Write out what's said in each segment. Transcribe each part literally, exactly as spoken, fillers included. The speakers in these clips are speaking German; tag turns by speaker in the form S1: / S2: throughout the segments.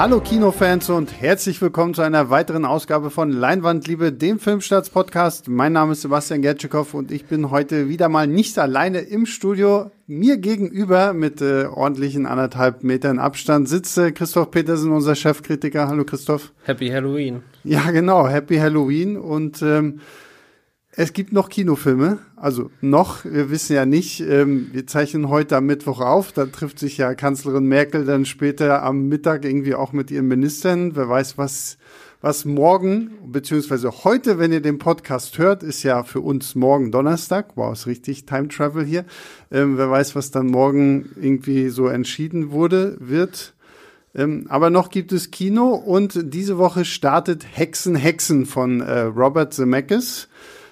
S1: Hallo Kinofans und herzlich willkommen zu einer weiteren Ausgabe von Leinwandliebe, dem Filmstarts-Podcast. Mein Name ist Sebastian Gertschikow und ich bin heute wieder mal nicht alleine im Studio. Mir gegenüber mit äh, ordentlichen anderthalb Metern Abstand sitzt äh, Christoph Petersen, unser Chefkritiker. Hallo Christoph.
S2: Happy Halloween.
S1: Ja genau, Happy Halloween und ähm, es gibt noch Kinofilme, also noch, wir wissen ja nicht, ähm, wir zeichnen heute am Mittwoch auf, da trifft sich ja Kanzlerin Merkel dann später am Mittag irgendwie auch mit ihren Ministern, wer weiß, was was morgen, beziehungsweise heute, wenn ihr den Podcast hört, ist ja für uns morgen Donnerstag, wow, ist richtig, Time Travel hier, ähm, wer weiß, was dann morgen irgendwie so entschieden wurde, wird. Ähm, aber noch gibt es Kino und diese Woche startet Hexen, Hexen von äh, Robert Zemeckis.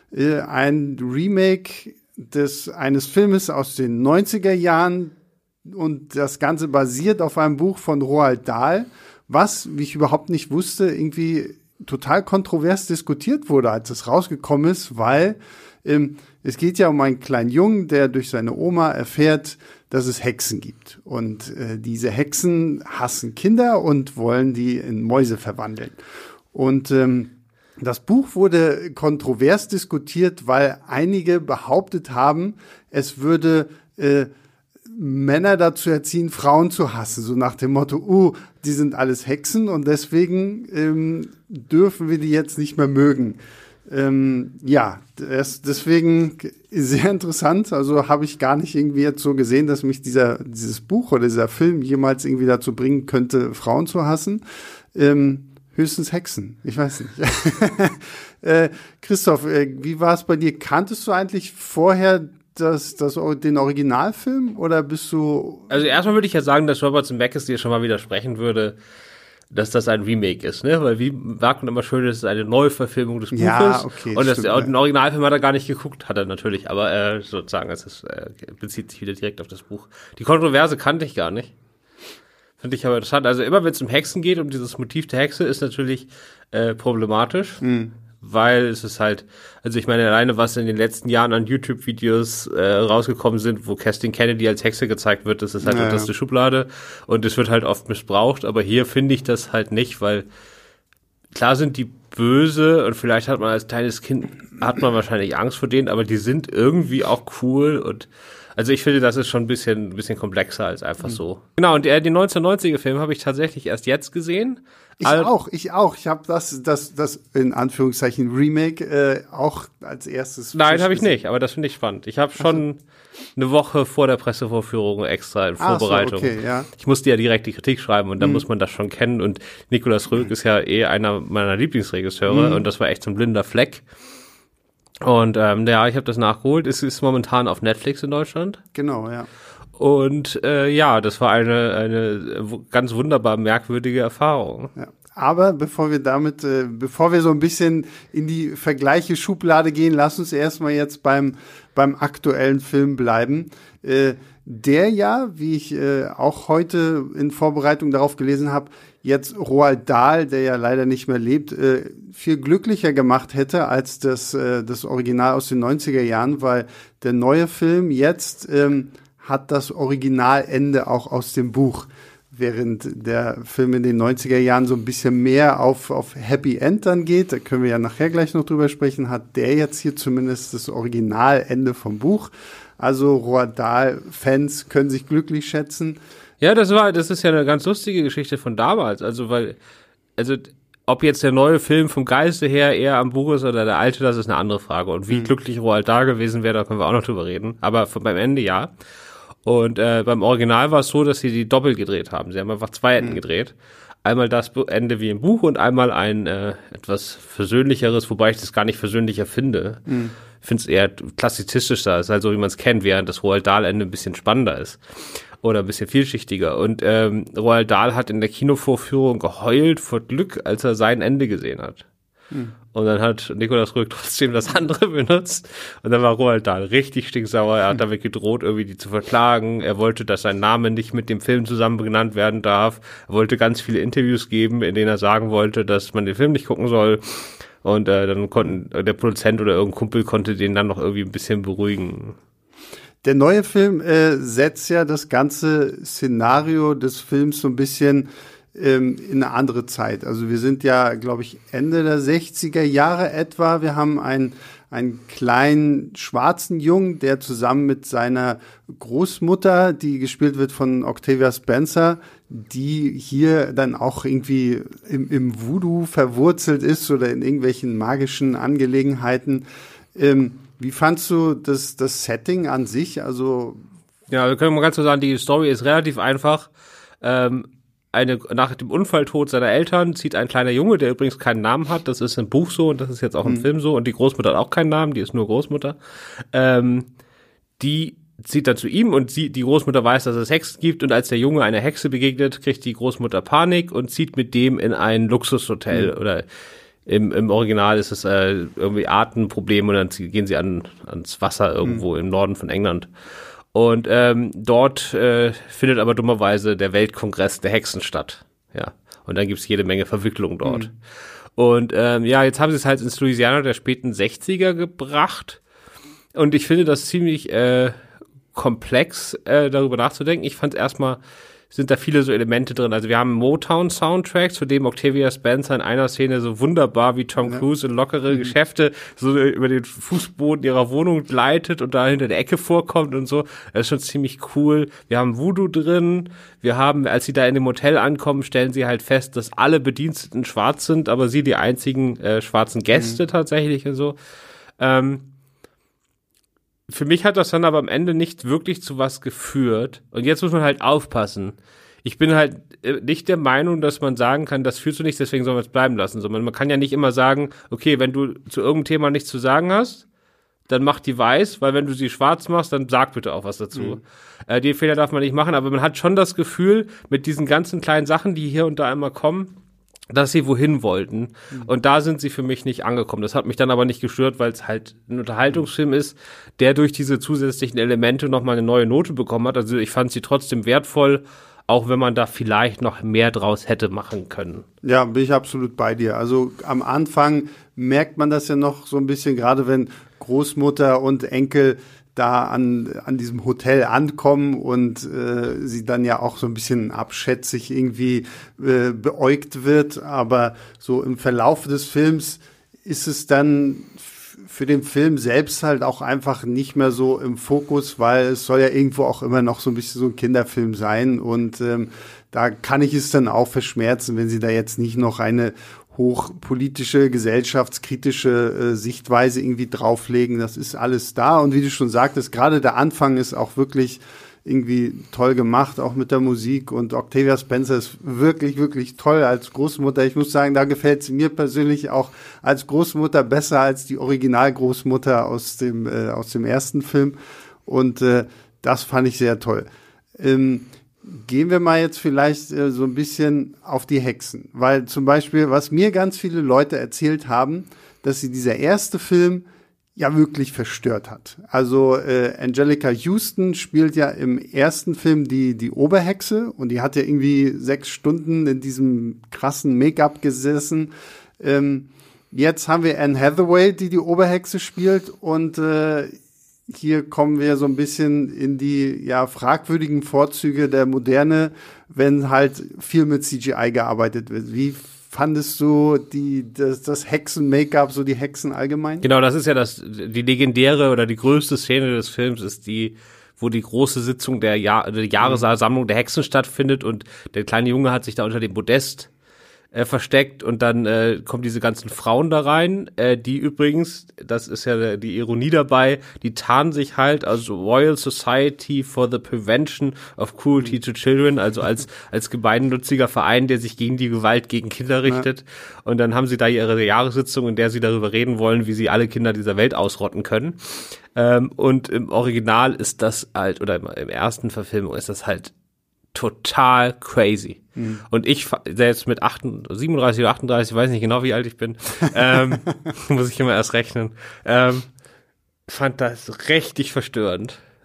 S1: Ein Remake des eines Filmes aus den neunziger Jahren und das Ganze basiert auf einem Buch von Roald Dahl, was, wie ich überhaupt nicht wusste, irgendwie total kontrovers diskutiert wurde, als es rausgekommen ist, weil ähm, es geht ja um einen kleinen Jungen, der durch seine Oma erfährt, dass es Hexen gibt. Und äh, diese Hexen hassen Kinder und wollen die in Mäuse verwandeln. Und ähm, das Buch wurde kontrovers diskutiert, weil einige behauptet haben, es würde äh, Männer dazu erziehen, Frauen zu hassen. So nach dem Motto, uh, die sind alles Hexen und deswegen ähm, dürfen wir die jetzt nicht mehr mögen. Ähm, ja, das, deswegen sehr interessant. Also habe ich gar nicht irgendwie jetzt so gesehen, dass mich dieser dieses Buch oder dieser Film jemals irgendwie dazu bringen könnte, Frauen zu hassen. Ähm, Höchstens Hexen, ich weiß nicht. äh, Christoph, äh, wie war es bei dir? Kanntest du eigentlich vorher das, das, den Originalfilm oder bist du...
S2: Also erstmal würde ich ja sagen, dass Robert Zemeckis dir schon mal widersprechen würde, dass das ein Remake ist, ne? Weil wie sagt man immer schön, das ist eine Neuverfilmung des Buches.
S1: Ja, okay.
S2: Und das,
S1: stimmt,
S2: den Originalfilm hat er gar nicht geguckt, hat er natürlich, aber äh, sozusagen, es ist, äh, bezieht sich wieder direkt auf das Buch. Die Kontroverse kannte ich gar nicht. Finde ich aber interessant. Also immer, wenn es um Hexen geht, um dieses Motiv der Hexe, ist natürlich äh, problematisch, mhm. weil es ist halt, also ich meine, alleine was in den letzten Jahren an YouTube-Videos äh, rausgekommen sind, wo Kathleen Kennedy als Hexe gezeigt wird, das ist halt
S1: naja.
S2: unterste Schublade und es wird halt oft missbraucht, aber hier finde ich das halt nicht, weil klar sind die böse und vielleicht hat man als kleines Kind, hat man wahrscheinlich Angst vor denen, aber die sind irgendwie auch cool und also ich finde, das ist schon ein bisschen, ein bisschen komplexer als einfach mhm. so. Genau, und äh, den neunzehnhundertneunziger-Film habe ich tatsächlich erst jetzt gesehen.
S1: Ich Al- auch, ich auch. Ich habe das, das, das in Anführungszeichen Remake äh, auch als erstes.
S2: Nein, habe ich nicht, aber das finde ich spannend. Ich habe schon also. eine Woche vor der Pressevorführung extra in Vorbereitung.
S1: Ach so, okay, ja.
S2: Ich musste ja direkt die Kritik schreiben und dann mhm. muss man das schon kennen. Und Nikolaus Roeg mhm. ist ja eh einer meiner Lieblingsregisseure mhm. und das war echt so ein blinder Fleck. Und ähm, ja, ich habe das nachgeholt. Es ist momentan auf Netflix in Deutschland.
S1: Genau, ja.
S2: Und äh, ja, das war eine eine ganz wunderbar merkwürdige Erfahrung.
S1: Ja. Aber bevor wir damit, äh, bevor wir so ein bisschen in die Vergleiche-Schublade gehen, lass uns erstmal jetzt beim beim aktuellen Film bleiben. Äh, der ja, wie ich äh, auch heute in Vorbereitung darauf gelesen habe, jetzt Roald Dahl, der ja leider nicht mehr lebt, äh, viel glücklicher gemacht hätte als das äh, das Original aus den neunziger Jahren, weil der neue Film jetzt ähm, hat das Originalende auch aus dem Buch, während der Film in den neunziger Jahren so ein bisschen mehr auf auf Happy End dann geht, da können wir ja nachher gleich noch drüber sprechen, hat der jetzt hier zumindest das Originalende vom Buch. Also Roald Dahl-Fans können sich glücklich schätzen.
S2: Ja, das war, das ist ja eine ganz lustige Geschichte von damals. Also, weil, also, ob jetzt der neue Film vom Geiste her eher am Buch ist oder der alte, das ist eine andere Frage. Und wie mhm. glücklich Roald Dahl gewesen wäre, da können wir auch noch drüber reden. Aber von, beim Ende ja. Und äh, beim Original war es so, dass sie die doppelt gedreht haben. Sie haben einfach zwei Enden mhm. gedreht. Einmal das Ende wie im Buch und einmal ein äh, etwas versöhnlicheres, wobei ich das gar nicht versöhnlicher finde. Mhm. Ich finde es eher klassizistischer, ist halt so, wie man es kennt, während das Roald Dahl-Ende ein bisschen spannender ist. Oder ein bisschen vielschichtiger. Und ähm, Roald Dahl hat in der Kinovorführung geheult vor Glück, als er sein Ende gesehen hat. Hm. Und dann hat Nikolaus Roeg trotzdem das andere benutzt. Und dann war Roald Dahl richtig stinksauer. Er hat hm. damit gedroht, irgendwie die zu verklagen. Er wollte, dass sein Name nicht mit dem Film zusammen genannt werden darf. Er wollte ganz viele Interviews geben, in denen er sagen wollte, dass man den Film nicht gucken soll. Und äh, dann konnten der Produzent oder irgendein Kumpel konnte den dann noch irgendwie ein bisschen beruhigen.
S1: Der neue Film äh, setzt ja das ganze Szenario des Films so ein bisschen ähm, in eine andere Zeit. Also wir sind ja, glaube ich, Ende der sechziger Jahre etwa. Wir haben ein einen kleinen schwarzen Jungen, der zusammen mit seiner Großmutter, die gespielt wird von Octavia Spencer, die hier dann auch irgendwie im, im Voodoo verwurzelt ist oder in irgendwelchen magischen Angelegenheiten. Ähm, wie fandst du das, das Setting an sich? Also
S2: ja, wir können mal ganz so sagen, die Story ist relativ einfach. Ähm, Eine, nach dem Unfalltod seiner Eltern zieht ein kleiner Junge, der übrigens keinen Namen hat, das ist im Buch so und das ist jetzt auch im mhm. Film so, und die Großmutter hat auch keinen Namen, die ist nur Großmutter, ähm, die zieht dann zu ihm und sie, die Großmutter weiß, dass es Hexen gibt, und als der Junge einer Hexe begegnet, kriegt die Großmutter Panik und zieht mit dem in ein Luxushotel, mhm. oder im, im Original ist es äh, irgendwie Atemproblem, und dann gehen sie an, ans Wasser irgendwo mhm. im Norden von England. Und ähm, dort äh, findet aber dummerweise der Weltkongress der Hexen statt. Ja. Und dann gibt's jede Menge Verwicklung dort. Mhm. Und ähm, ja, jetzt haben sie es halt ins Louisiana der späten sechziger gebracht. Und ich finde das ziemlich äh, komplex, äh, darüber nachzudenken. Ich fand erstmal, sind da viele so Elemente drin. Also wir haben einen Motown-Soundtrack, zu dem Octavia Spencer in einer Szene so wunderbar wie Tom Cruise in lockere mhm. Geschäfte so über den Fußboden ihrer Wohnung gleitet und da hinter der Ecke vorkommt und so. Das ist schon ziemlich cool. Wir haben Voodoo drin. Wir haben, als sie da in dem Hotel ankommen, stellen sie halt fest, dass alle Bediensteten schwarz sind, aber sie die einzigen äh, schwarzen Gäste mhm. tatsächlich und so. Ähm, Für mich hat das dann aber am Ende nicht wirklich zu was geführt. Und jetzt muss man halt aufpassen. Ich bin halt nicht der Meinung, dass man sagen kann, das führt zu nichts, deswegen soll man es bleiben lassen. Sondern man kann ja nicht immer sagen, okay, wenn du zu irgendeinem Thema nichts zu sagen hast, dann mach die weiß, weil wenn du sie schwarz machst, dann sag bitte auch was dazu. Mhm. Äh, den Fehler darf man nicht machen, aber man hat schon das Gefühl, mit diesen ganzen kleinen Sachen, die hier und da einmal kommen, dass sie wohin wollten. Mhm. Und da sind sie für mich nicht angekommen. Das hat mich dann aber nicht gestört, weil es halt ein Unterhaltungsfilm ist, der durch diese zusätzlichen Elemente nochmal eine neue Note bekommen hat. Also ich fand sie trotzdem wertvoll, auch wenn man da vielleicht noch mehr draus hätte machen können.
S1: Ja, bin ich absolut bei dir. Also am Anfang merkt man das ja noch so ein bisschen, gerade wenn Großmutter und Enkel da an, an diesem Hotel ankommen und äh, sie dann ja auch so ein bisschen abschätzig irgendwie äh, beäugt wird. Aber so im Verlauf des Films ist es dann f- für den Film selbst halt auch einfach nicht mehr so im Fokus, weil es soll ja irgendwo auch immer noch so ein bisschen so ein Kinderfilm sein. Und ähm, da kann ich es dann auch verschmerzen, wenn sie da jetzt nicht noch eine hochpolitische, gesellschaftskritische äh, Sichtweise irgendwie drauflegen. Das ist alles da. Und wie du schon sagtest, gerade der Anfang ist auch wirklich irgendwie toll gemacht, auch mit der Musik. Und Octavia Spencer ist wirklich, wirklich toll als Großmutter. Ich muss sagen, da gefällt sie mir persönlich auch als Großmutter besser als die Originalgroßmutter aus dem, äh, aus dem ersten Film. Und äh, das fand ich sehr toll. Ähm, Gehen wir mal jetzt vielleicht äh, so ein bisschen auf die Hexen. Weil zum Beispiel, was mir ganz viele Leute erzählt haben, dass sie dieser erste Film ja wirklich verstört hat. Also äh, Angelica Houston spielt ja im ersten Film die die Oberhexe und die hat ja irgendwie sechs Stunden in diesem krassen Make-up gesessen. Ähm, jetzt haben wir Anne Hathaway, die die Oberhexe spielt, und äh, hier kommen wir so ein bisschen in die ja fragwürdigen Vorzüge der Moderne, wenn halt viel mit C G I gearbeitet wird. Wie fandest du die das, das Hexen-Make-up, so die Hexen allgemein?
S2: Genau, das ist ja das die legendäre oder die größte Szene des Films ist die, wo die große Sitzung der, Jahr, der Jahressammlung der Hexen stattfindet und der kleine Junge hat sich da unter dem Podest äh, versteckt und dann äh, kommen diese ganzen Frauen da rein, äh, die übrigens, das ist ja die Ironie dabei, die tarnen sich halt als Royal Society for the Prevention of Cruelty mhm. to Children, also als als gemeinnütziger Verein, der sich gegen die Gewalt gegen Kinder richtet. Ja. Und dann haben sie da ihre Jahressitzung, in der sie darüber reden wollen, wie sie alle Kinder dieser Welt ausrotten können. Ähm, und im Original ist das halt, oder im ersten Verfilmung ist das halt total crazy. Mhm. Und ich, selbst mit achtunddreißig, siebenunddreißig oder achtunddreißig, ich weiß nicht genau, wie alt ich bin, ähm, muss ich immer erst rechnen, ähm, fand das richtig verstörend.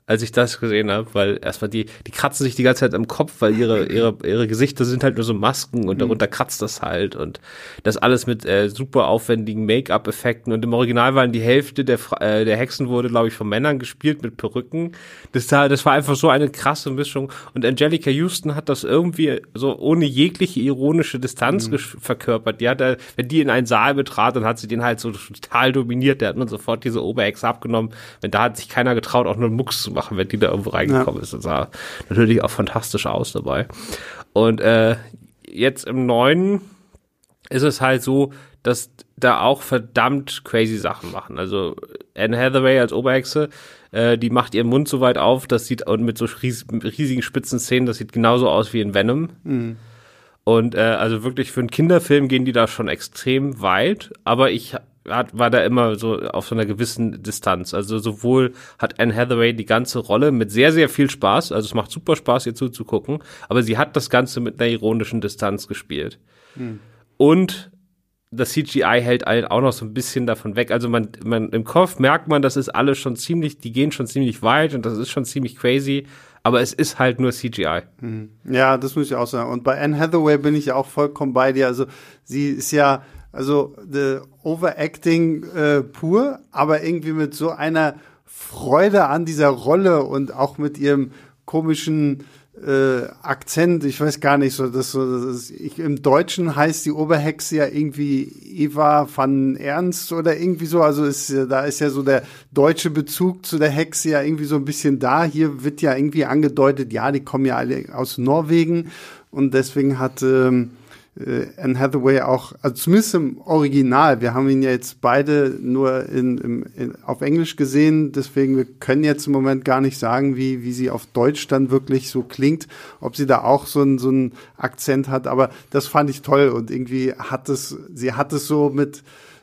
S2: als ich das gesehen habe, weil erstmal die, die kratzen sich die ganze Zeit am Kopf, weil ihre, ihre, ihre Gesichter sind halt nur so Masken und darunter kratzt das halt und das alles mit äh, super aufwendigen Make-up-Effekten und im Original waren die Hälfte der, äh, der Hexen wurde, glaube ich, von Männern gespielt mit Perücken. Das, das war einfach so eine krasse Mischung und Anjelica Huston hat das irgendwie so ohne jegliche ironische Distanz mhm. verkörpert. Die hat, äh, wenn die in einen Saal betrat, dann hat sie den halt so total dominiert, der hat man sofort diese Oberhexe abgenommen, wenn da hat sich keiner getraut, auch nur einen Mucks zu machen, wenn die da irgendwo reingekommen ja. ist. Das sah natürlich auch fantastisch aus dabei. Und äh, jetzt im Neuen ist es halt so, dass da auch verdammt crazy Sachen machen. Also Anne Hathaway als Oberhexe, äh, die macht ihren Mund so weit auf, das sieht und mit so ries- riesigen spitzen Szenen, das sieht genauso aus wie in Venom. Mhm. Und äh, also wirklich für einen Kinderfilm gehen die da schon extrem weit, aber ich hat, war da immer so auf so einer gewissen Distanz. Also sowohl hat Anne Hathaway die ganze Rolle mit sehr, sehr viel Spaß, also es macht super Spaß, ihr zuzugucken, aber sie hat das Ganze mit einer ironischen Distanz gespielt. Hm. Und das C G I hält einen auch noch so ein bisschen davon weg. Also man, man im Kopf merkt man, das ist alles schon ziemlich, die gehen schon ziemlich weit und das ist schon ziemlich crazy, aber es ist halt nur C G I.
S1: Hm. Ja, das muss ich auch sagen. Und bei Anne Hathaway bin ich ja auch vollkommen bei dir. Also sie ist ja Also the Overacting äh, pur, aber irgendwie mit so einer Freude an dieser Rolle und auch mit ihrem komischen äh, Akzent. Ich weiß gar nicht, so dass so das ist, ich, im Deutschen heißt die Oberhexe ja irgendwie Eva van Ernst oder irgendwie so. Also ist da ist ja so der deutsche Bezug zu der Hexe ja irgendwie so ein bisschen da. Hier wird ja irgendwie angedeutet, ja, die kommen ja alle aus Norwegen und deswegen hat ähm, Anne Hathaway auch, also zumindest im Original, wir haben ihn ja jetzt beide nur in, in, in, auf Englisch gesehen, deswegen wir können jetzt im Moment gar nicht sagen, wie, wie sie auf Deutsch dann wirklich so klingt, ob sie da auch so einen so einen Akzent hat, aber das fand ich toll und irgendwie hat es, sie hat es so mit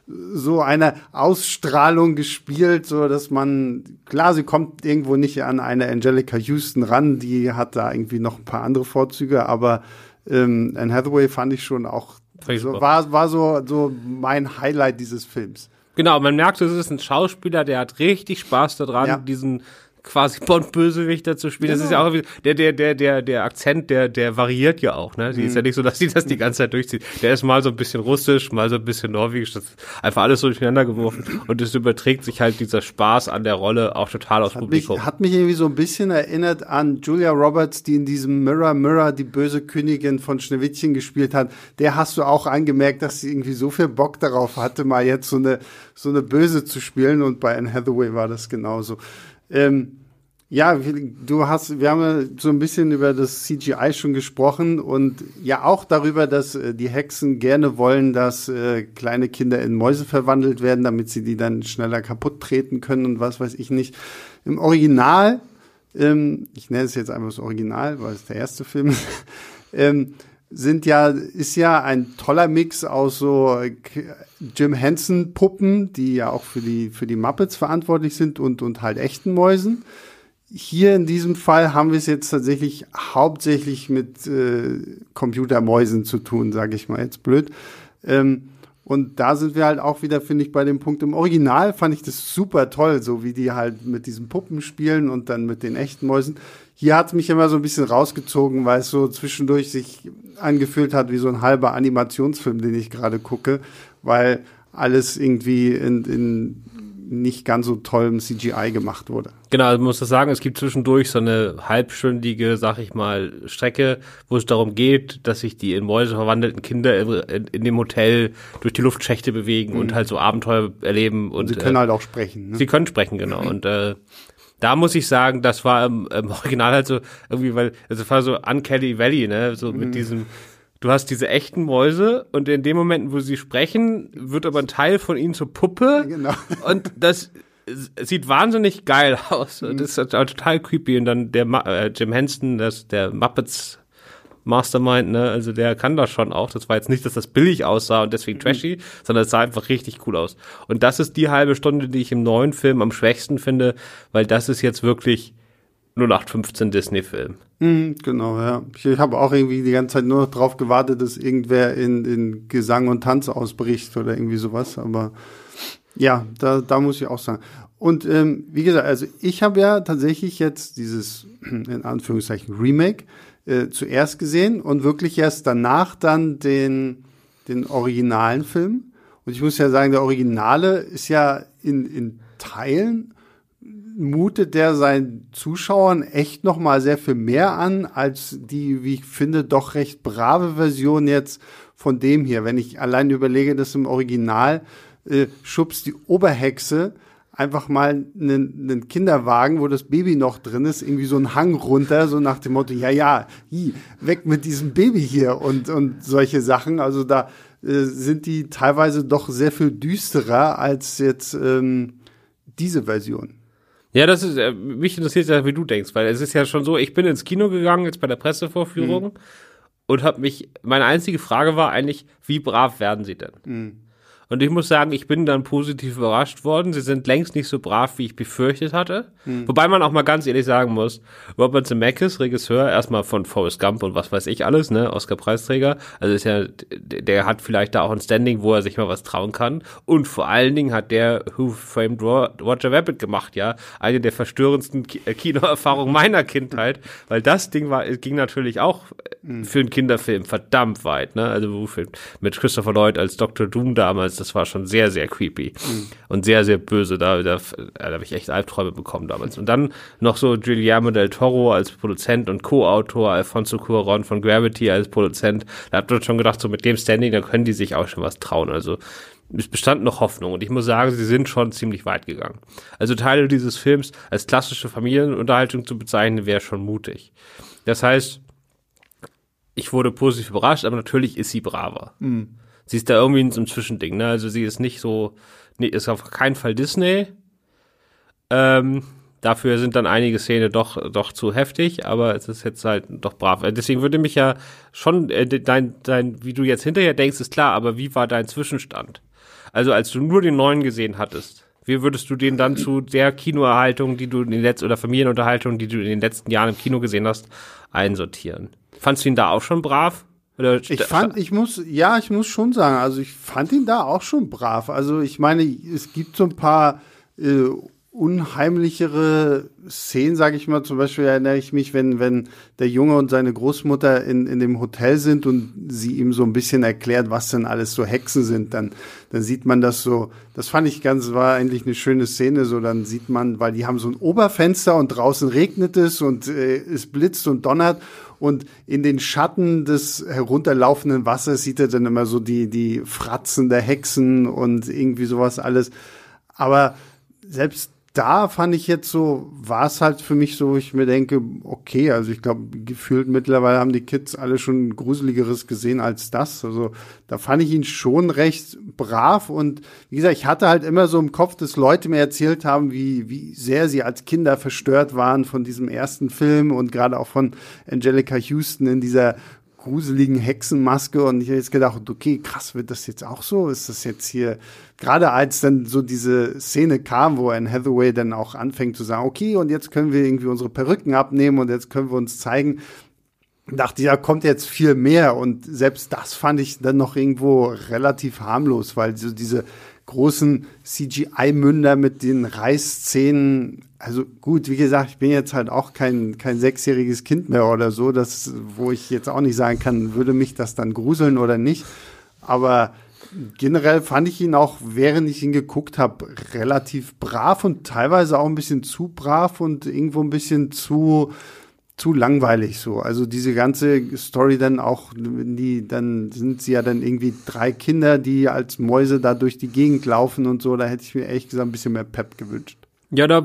S1: so einer Ausstrahlung gespielt, so dass man, klar, sie kommt irgendwo nicht an eine Anjelica Huston ran, die hat da irgendwie noch ein paar andere Vorzüge, aber Ähm, Anne Hathaway fand ich schon auch, so, war, war so, so mein Highlight dieses Films.
S2: Genau, man merkt, es ist ein Schauspieler, der hat richtig Spaß daran, ja. diesen quasi Bond-Bösewichter zu spielen. Genau. Das ist ja auch der, der, der, der, der Akzent, der, der variiert ja auch, ne? Die mhm. ist ja nicht so, dass die das die ganze Zeit durchzieht. Der ist mal so ein bisschen russisch, mal so ein bisschen norwegisch, das ist einfach alles so durcheinander geworfen und es überträgt sich halt dieser Spaß an der Rolle auch total aufs Publikum.
S1: Mich, hat mich irgendwie so ein bisschen erinnert an Julia Roberts, die in diesem Mirror, Mirror die böse Königin von Schneewittchen gespielt hat. Der hast du auch angemerkt, dass sie irgendwie so viel Bock darauf hatte, mal jetzt so eine, so eine Böse zu spielen und bei Anne Hathaway war das genauso. Ähm, ja, du hast, wir haben ja so ein bisschen über das C G I schon gesprochen und ja auch darüber, dass äh, die Hexen gerne wollen, dass äh, kleine Kinder in Mäuse verwandelt werden, damit sie die dann schneller kaputt treten können und was weiß ich nicht. Im Original, ähm, ich nenne es jetzt einfach das Original, weil es der erste Film ist, ähm, sind ja, ist ja ein toller Mix aus so Jim Henson Puppen, die ja auch für die, für die Muppets verantwortlich sind und, und halt echten Mäusen. Hier in diesem Fall haben wir es jetzt tatsächlich hauptsächlich mit äh, Computermäusen zu tun, sage ich mal jetzt blöd. Ähm, und da sind wir halt auch wieder, finde ich, bei dem Punkt. Im Original fand ich das super toll, so wie die halt mit diesen Puppen spielen und dann mit den echten Mäusen. Hier hat es mich immer so ein bisschen rausgezogen, weil es so zwischendurch sich angefühlt hat wie so ein halber Animationsfilm, den ich gerade gucke, weil alles irgendwie in, in nicht ganz so tollem C G I gemacht wurde.
S2: Genau, also man muss das sagen, es gibt zwischendurch so eine halbstündige, sag ich mal, Strecke, wo es darum geht, dass sich die in Mäuse verwandelten Kinder in, in dem Hotel durch die Luftschächte bewegen mhm. und halt so Abenteuer erleben. Und,
S1: und sie können
S2: äh,
S1: halt auch sprechen. Ne?
S2: Sie können sprechen, genau. Und äh, da muss ich sagen, das war im, im Original halt so irgendwie, weil es war so Uncanny Valley, ne, so mhm. mit diesem, du hast diese echten Mäuse und in dem Moment, wo sie sprechen, wird aber ein Teil von ihnen zur Puppe.
S1: Genau.
S2: Und das sieht wahnsinnig geil aus. Mhm. Das ist total creepy. Und dann der äh, Jim Henson, das, der Muppets Mastermind, ne, also der kann das schon auch. Das war jetzt nicht, dass das billig aussah und deswegen trashy, mhm. sondern es sah einfach richtig cool aus. Und das ist die halbe Stunde, die ich im neuen Film am schwächsten finde, weil das ist jetzt wirklich null acht fünfzehn Disney-Film.
S1: Mhm, genau, ja. Ich, ich habe auch irgendwie die ganze Zeit nur noch drauf gewartet, dass irgendwer in, in Gesang und Tanz ausbricht oder irgendwie sowas, aber Ja, da, da muss ich auch sagen. Und ähm, wie gesagt, also ich habe ja tatsächlich jetzt dieses, in Anführungszeichen, Remake äh, zuerst gesehen und wirklich erst danach dann den, den originalen Film. Und ich muss ja sagen, der Originale ist ja in, in Teilen, mutet der seinen Zuschauern echt noch mal sehr viel mehr an, als die, wie ich finde, doch recht brave Version jetzt von dem hier. Wenn ich allein überlege, dass im Original äh, schubst die Oberhexe einfach mal einen, einen Kinderwagen, wo das Baby noch drin ist, irgendwie so einen Hang runter, so nach dem Motto, ja, ja, hi, weg mit diesem Baby hier und, und solche Sachen. Also da äh, sind die teilweise doch sehr viel düsterer als jetzt ähm, diese Version.
S2: Ja, das ist, äh, mich interessiert ja, wie du denkst, weil es ist ja schon so, ich bin ins Kino gegangen, jetzt bei der Pressevorführung, mhm. und hab mich, meine einzige Frage war eigentlich, wie brav werden sie denn? Mhm. Und ich muss sagen, ich bin dann positiv überrascht worden. Sie sind längst nicht so brav, wie ich befürchtet hatte. Hm. Wobei man auch mal ganz ehrlich sagen muss, Robert Zemeckis, Regisseur, erstmal von Forrest Gump und was weiß ich alles, ne, Oscar-Preisträger. Also ist ja, der hat vielleicht da auch ein Standing, wo er sich mal was trauen kann. Und vor allen Dingen hat der Who Framed Roger Rabbit gemacht, ja. Eine der verstörendsten Kinoerfahrungen meiner Kindheit. Weil das Ding war, ging natürlich auch hm. für einen Kinderfilm verdammt weit, ne. Also Who Framed, mit Christopher Lloyd als Doktor Doom damals. Das war schon sehr, sehr creepy mhm. und sehr, sehr böse. Da, da, da habe ich echt Albträume bekommen damals. Und dann noch so Guillermo del Toro als Produzent und Co-Autor, Alfonso Cuarón von Gravity als Produzent. Da hat man schon gedacht, so mit dem Standing, da können die sich auch schon was trauen. Also es bestand noch Hoffnung. Und ich muss sagen, sie sind schon ziemlich weit gegangen. Also Teile dieses Films als klassische Familienunterhaltung zu bezeichnen, wäre schon mutig. Das heißt, ich wurde positiv überrascht, aber natürlich ist sie braver. Mhm. Sie ist da irgendwie in so einem Zwischending, ne? Also sie ist nicht so, nee, ist auf keinen Fall Disney. Ähm, dafür sind dann einige Szenen doch doch zu heftig, aber es ist jetzt halt doch brav. Deswegen würde mich ja schon äh, dein dein, wie du jetzt hinterher denkst, ist klar. Aber wie war dein Zwischenstand? Also als du nur den neuen gesehen hattest, wie würdest du den dann zu der Kinoerhaltung, die du in den letzten oder Familienunterhaltung, die du in den letzten Jahren im Kino gesehen hast, einsortieren? Fandst du ihn da auch schon brav? Oder
S1: ich fand, ich muss, ja, ich muss schon sagen, also ich fand ihn da auch schon brav. Also ich meine, es gibt so ein paar äh, unheimlichere Szenen, sage ich mal. Zum Beispiel erinnere ich mich, wenn wenn der Junge und seine Großmutter in in dem Hotel sind und sie ihm so ein bisschen erklärt, was denn alles so Hexen sind, dann dann sieht man das so. Das fand ich ganz, war eigentlich eine schöne Szene. So, dann sieht man, weil die haben so ein Oberfenster und draußen regnet es und äh, es blitzt und donnert. Und in den Schatten des herunterlaufenden Wassers sieht er dann immer so die, die Fratzen der Hexen und irgendwie sowas alles. Aber selbst da fand ich jetzt so, war es halt für mich so, ich mir denke, okay, also ich glaube, gefühlt mittlerweile haben die Kids alle schon Gruseligeres gesehen als das. Also da fand ich ihn schon recht brav und wie gesagt, ich hatte halt immer so im Kopf, dass Leute mir erzählt haben, wie, wie sehr sie als Kinder verstört waren von diesem ersten Film und gerade auch von Angelica Houston in dieser gruseligen Hexenmaske und ich habe jetzt gedacht, okay, krass, wird das jetzt auch so? Ist das jetzt hier, gerade als dann so diese Szene kam, wo Anne Hathaway dann auch anfängt zu sagen, okay, und jetzt können wir irgendwie unsere Perücken abnehmen und jetzt können wir uns zeigen, dachte ich, da kommt jetzt viel mehr und selbst das fand ich dann noch irgendwo relativ harmlos, weil so diese großen C G I-Münder mit den Reißzähnen, also gut, wie gesagt, ich bin jetzt halt auch kein kein sechsjähriges Kind mehr oder so, das, wo ich jetzt auch nicht sagen kann, würde mich das dann gruseln oder nicht, aber generell fand ich ihn auch, während ich ihn geguckt habe, relativ brav und teilweise auch ein bisschen zu brav und irgendwo ein bisschen zu zu langweilig so. Also diese ganze Story dann auch, die, dann sind sie ja dann irgendwie drei Kinder, die als Mäuse da durch die Gegend laufen und so. Da hätte ich mir ehrlich gesagt ein bisschen mehr Pep gewünscht.
S2: Ja, da,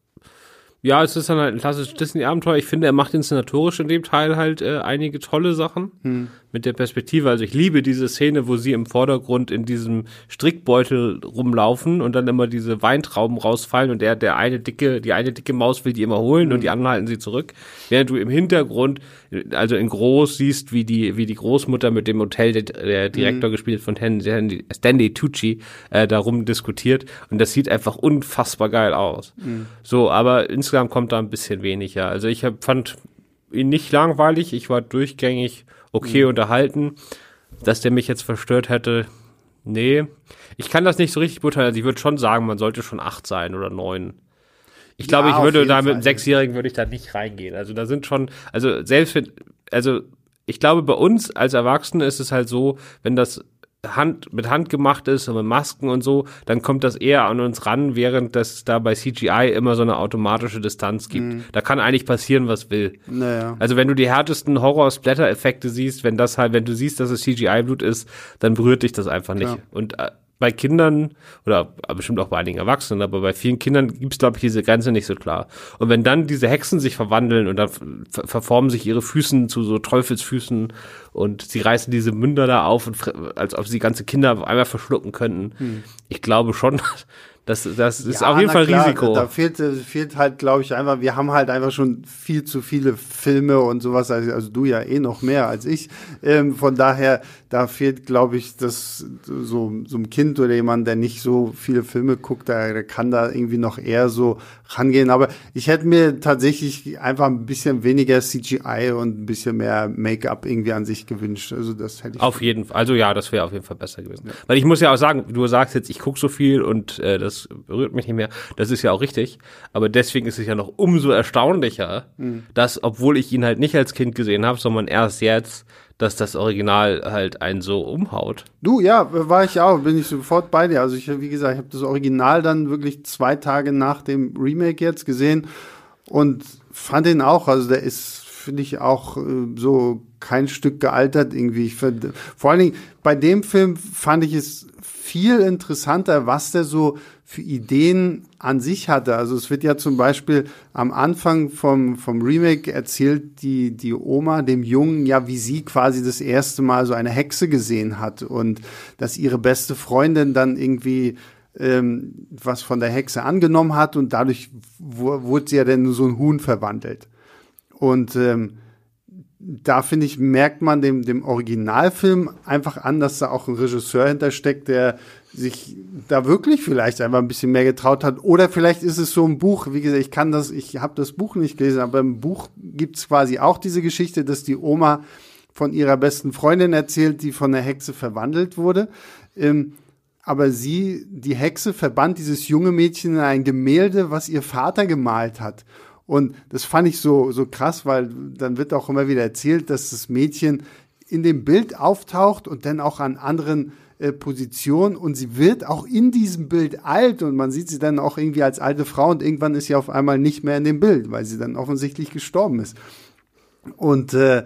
S2: ja, es ist dann halt ein klassisches Disney-Abenteuer. Ich finde, er macht inszenatorisch in dem Teil halt äh, einige tolle Sachen hm. mit der Perspektive. Also ich liebe diese Szene, wo sie im Vordergrund in diesem Strickbeutel rumlaufen und dann immer diese Weintrauben rausfallen und der, der eine dicke, die eine dicke Maus will die immer holen hm. und die anderen halten sie zurück. Während du im Hintergrund, also in groß siehst, wie die, wie die Großmutter mit dem Hotel, der, der Direktor hm. gespielt von Stanley, Stanley Tucci, äh, darum diskutiert und das sieht einfach unfassbar geil aus. Hm. So, aber insgesamt kommt da ein bisschen weniger. Also ich hab, fand ihn nicht langweilig, ich war durchgängig okay mhm. unterhalten. Dass der mich jetzt verstört hätte, Nee, ich kann das nicht so richtig beurteilen. Also ich würde schon sagen, man sollte schon acht sein oder neun. Ich glaube,
S1: Ja,
S2: ich würde
S1: auf jeden
S2: da mit
S1: Fall.
S2: einem Sechsjährigen würde ich da nicht reingehen. Also da sind schon, also selbst wenn, also ich glaube, bei uns als Erwachsene ist es halt so, wenn das Hand mit Hand gemacht ist und mit Masken und so, dann kommt das eher an uns ran, während das da bei C G I immer so eine automatische Distanz gibt. Mhm. Da kann eigentlich passieren, was will.
S1: Naja.
S2: Also wenn du die härtesten Horror-Splatter-Effekte siehst, wenn das halt, wenn du siehst, dass es C G I-Blut ist, dann berührt dich das einfach nicht.
S1: Klar.
S2: Und äh, bei Kindern, oder bestimmt auch bei einigen Erwachsenen, aber bei vielen Kindern gibt's, glaube ich, diese Grenze nicht so klar. Und wenn dann diese Hexen sich verwandeln und dann ver- verformen sich ihre Füßen zu so Teufelsfüßen und sie reißen diese Münder da auf, und fr- als ob sie ganze Kinder auf einmal verschlucken könnten. Hm. Ich glaube schon, das, das ist
S1: Ja,
S2: auf jeden
S1: na
S2: Fall
S1: klar,
S2: Risiko.
S1: Da, da fehlt, äh, fehlt halt, glaube ich, einfach, wir haben halt einfach schon viel zu viele Filme und sowas, also, also du ja eh noch mehr als ich. Ähm, von daher, da fehlt, glaube ich, das so, so ein Kind oder jemand, der nicht so viele Filme guckt, der, der kann da irgendwie noch eher so rangehen. Aber ich hätte mir tatsächlich einfach ein bisschen weniger C G I und ein bisschen mehr Make-up irgendwie an sich gewünscht. Also das hätte ich.
S2: Auf jeden Fall, also ja, das wäre auf jeden Fall besser gewesen. Ja. Weil ich muss ja auch sagen, du sagst jetzt, ich gucke so viel und äh, das berührt mich nicht mehr. Das ist ja auch richtig. Aber deswegen ist es ja noch umso erstaunlicher, mhm. dass, obwohl ich ihn halt nicht als Kind gesehen habe, sondern erst jetzt, dass das Original halt einen so umhaut.
S1: Du, ja, war ich auch, bin ich sofort bei dir. Also ich, wie gesagt, ich habe das Original dann wirklich zwei Tage nach dem Remake jetzt gesehen und fand ihn auch, also der ist, finde ich, auch äh, so kein Stück gealtert irgendwie. Ich find, vor allen Dingen bei dem Film fand ich es viel interessanter, was der so für Ideen an sich hatte. Also es wird ja zum Beispiel am Anfang vom, vom Remake erzählt die, die Oma dem Jungen ja, wie sie quasi das erste Mal so eine Hexe gesehen hat und dass ihre beste Freundin dann irgendwie ähm, was von der Hexe angenommen hat und dadurch w- wurde sie ja dann so ein Huhn verwandelt. Und ähm, da, finde ich, merkt man dem, dem Originalfilm einfach an, dass da auch ein Regisseur hintersteckt, der sich da wirklich vielleicht einfach ein bisschen mehr getraut hat. Oder vielleicht ist es so ein Buch, wie gesagt, ich kann das, ich habe das Buch nicht gelesen, aber im Buch gibt's quasi auch diese Geschichte, dass die Oma von ihrer besten Freundin erzählt, die von der Hexe verwandelt wurde. Ähm, aber sie, die Hexe, verbannt dieses junge Mädchen in ein Gemälde, was ihr Vater gemalt hat. Und das fand ich so, so krass, weil dann wird auch immer wieder erzählt, dass das Mädchen in dem Bild auftaucht und dann auch an anderen äh, Positionen und sie wird auch in diesem Bild alt und man sieht sie dann auch irgendwie als alte Frau und irgendwann ist sie auf einmal nicht mehr in dem Bild, weil sie dann offensichtlich gestorben ist. Und äh,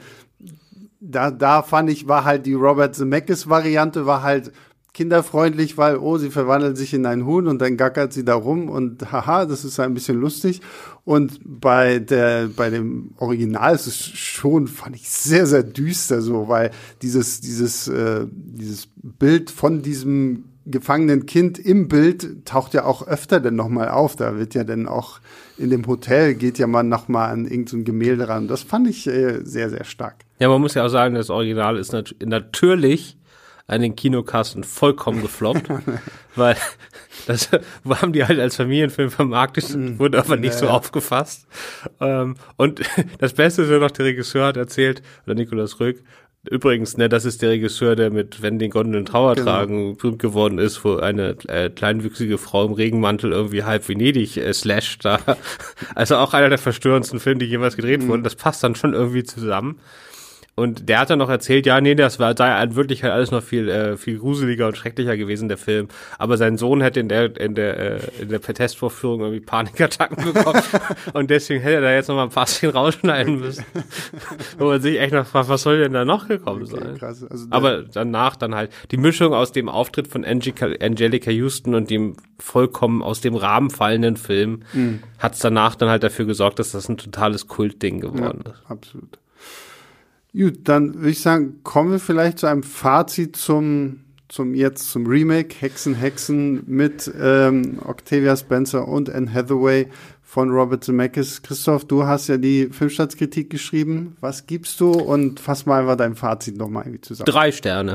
S1: da, da fand ich, war halt die Robert Zemeckis-Variante war halt kinderfreundlich, weil, oh, sie verwandelt sich in ein Huhn und dann gackert sie da rum und haha, das ist ein bisschen lustig. Und bei der, bei dem Original ist es schon, fand ich, sehr, sehr düster so, weil dieses, dieses, äh, dieses Bild von diesem gefangenen Kind im Bild taucht ja auch öfter dann nochmal auf. Da wird ja dann auch in dem Hotel geht ja mal nochmal an irgendein so Gemälde ran. Das fand ich äh, sehr, sehr stark.
S2: Ja, man muss ja auch sagen, das Original ist nat- natürlich an den Kinokassen vollkommen gefloppt, weil das haben die halt als Familienfilm vermarktet, wurde aber nicht so aufgefasst. Ähm, und das Beste ist ja noch, der Regisseur hat erzählt, oder Nikolaus Röck, übrigens, ne, das ist der Regisseur, der mit Wenn den Gondeln Trauer
S1: Genau.
S2: tragen berühmt geworden ist, wo eine äh, kleinwüchsige Frau im Regenmantel irgendwie halb Venedig äh, slasht da. Also auch einer der verstörendsten Filme, die jemals gedreht wurden. Das passt dann schon irgendwie zusammen. Und der hat dann noch erzählt, ja, nee, das war sei halt wirklich halt alles noch viel äh, viel gruseliger und schrecklicher gewesen, der Film. Aber sein Sohn hätte in der in der äh, in der Testvorführung irgendwie Panikattacken bekommen und deswegen hätte er da jetzt noch mal ein paar Szenen rausschneiden müssen. Wo man sich echt noch fragt, was soll denn da noch gekommen
S1: Okay,
S2: sein?
S1: krass. Also
S2: Aber danach dann halt die Mischung aus dem Auftritt von Angelica, Angelica Houston und dem vollkommen aus dem Rahmen fallenden Film mhm. hat's danach dann halt dafür gesorgt, dass das ein totales Kultding geworden
S1: ja,
S2: ist.
S1: Absolut. Gut, dann würde ich sagen, kommen wir vielleicht zu einem Fazit zum, zum jetzt zum Remake Hexen, Hexen mit ähm, Octavia Spencer und Anne Hathaway von Robert Zemeckis. Christoph, du hast ja die Filmstartskritik geschrieben. Was gibst du? Und fass mal einfach dein Fazit nochmal irgendwie zusammen.
S2: Drei Sterne.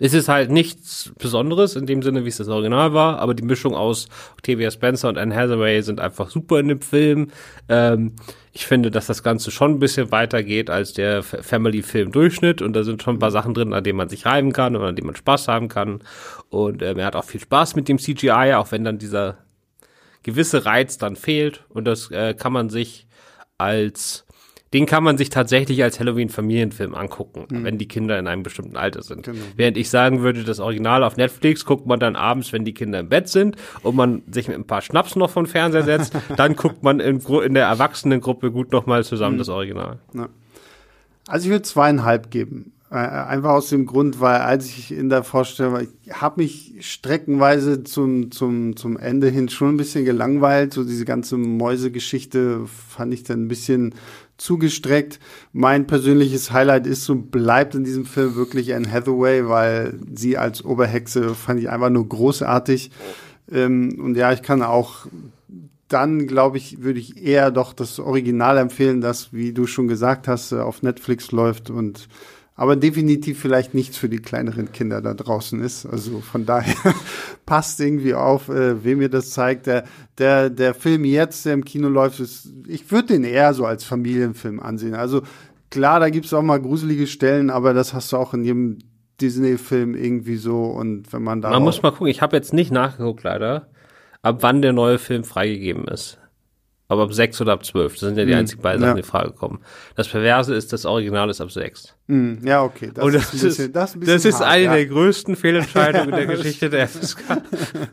S2: Es ist halt nichts Besonderes in dem Sinne, wie es das Original war, aber die Mischung aus Octavia Spencer und Anne Hathaway sind einfach super in dem Film. Ähm, ich finde, dass das Ganze schon ein bisschen weitergeht als der Family-Film-Durchschnitt und da sind schon ein paar Sachen drin, an denen man sich reiben kann und an denen man Spaß haben kann. Und ähm, er hat auch viel Spaß mit dem C G I, auch wenn dann dieser gewisse Reiz dann fehlt. Und das äh, kann man sich als Den kann man sich tatsächlich als Halloween-Familienfilm angucken, mhm. wenn die Kinder in einem bestimmten Alter sind. Genau. Während ich sagen würde, das Original auf Netflix guckt man dann abends, wenn die Kinder im Bett sind und man sich mit ein paar Schnaps noch vom Fernseher setzt, dann guckt man in, in der Erwachsenengruppe gut nochmal zusammen mhm. das Original.
S1: Ja. Also ich würde zweieinhalb geben. Einfach aus dem Grund, weil als ich in der Vorstellung war, ich habe mich streckenweise zum, zum, zum Ende hin schon ein bisschen gelangweilt. So diese ganze Mäusegeschichte fand ich dann ein bisschen zugestreckt. Mein persönliches Highlight ist so, bleibt in diesem Film wirklich Anne Hathaway, weil sie als Oberhexe fand ich einfach nur großartig. Ähm, und ja, ich kann auch dann, glaube ich, würde ich eher doch das Original empfehlen, das, wie du schon gesagt hast, auf Netflix läuft und aber definitiv vielleicht nichts für die kleineren Kinder da draußen ist. Also von daher passt irgendwie auf, äh, wem mir das zeigt. Der, der, der Film jetzt, der im Kino läuft, ist, ich würde den eher so als Familienfilm ansehen. Also klar, da gibt's auch mal gruselige Stellen, aber das hast du auch in jedem Disney-Film irgendwie so. Und wenn man da
S2: Man muss mal gucken, ich habe jetzt nicht nachgeguckt leider, ab wann der neue Film freigegeben ist. Aber ab sechs oder ab zwölf. Das sind ja die einzigen beiden Sachen, die in Frage kommen. Das Perverse ist, das Original ist ab sechs.
S1: Mm, ja, okay.
S2: Das, Und das, ist, ein bisschen, das, ist, ein bisschen das ist hart, eine ja. der größten Fehlentscheidungen in der Geschichte der F S K.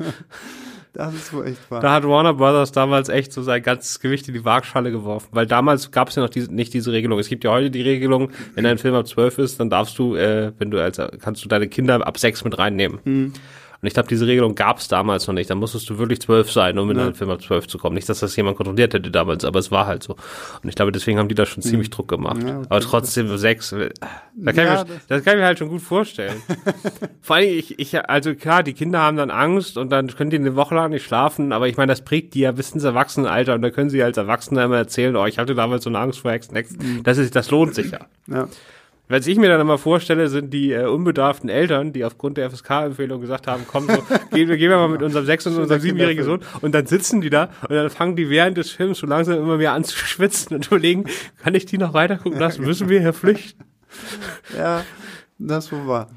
S1: Das ist wohl echt wahr.
S2: Da hat Warner Brothers damals echt so sein ganzes Gewicht in die Waagschale geworfen. Weil damals gab es ja noch diese, nicht diese Regelung. Es gibt ja heute die Regelung, wenn dein Film ab zwölf ist, dann darfst du, äh, wenn du als, kannst du deine Kinder ab sechs mit reinnehmen. Mm. Und ich glaube, diese Regelung gab es damals noch nicht. Da musstest du wirklich zwölf sein, um in ja. einen Film ab zwölf zu kommen. Nicht, dass das jemand kontrolliert hätte damals, aber es war halt so. Und ich glaube, deswegen haben die da schon ziemlich Druck gemacht. Ja, okay. Aber trotzdem sechs, da kann ja, ich mir, das, das kann ich mir halt schon gut vorstellen. Vor allem, ich, ich, also klar, die Kinder haben dann Angst und dann können die eine Woche lang nicht schlafen, aber ich meine, das prägt die ja bis ins Erwachsenenalter und da können sie als Erwachsene immer erzählen, oh, ich hatte damals so eine Angst vor Hexen. Das ist, das lohnt sich ja. Ja. Was ich mir dann immer vorstelle, sind die äh, unbedarften Eltern, die aufgrund der F S K-Empfehlung gesagt haben, komm, so, gehen, wir, gehen wir mal mit unserem sechs- und unserem siebenjährigen Sohn und dann sitzen die da und dann fangen die während des Films so langsam immer mehr an zu schwitzen und überlegen, kann ich die noch weiter gucken lassen? Müssen wir hier flüchten?
S1: Ja, das war wahr.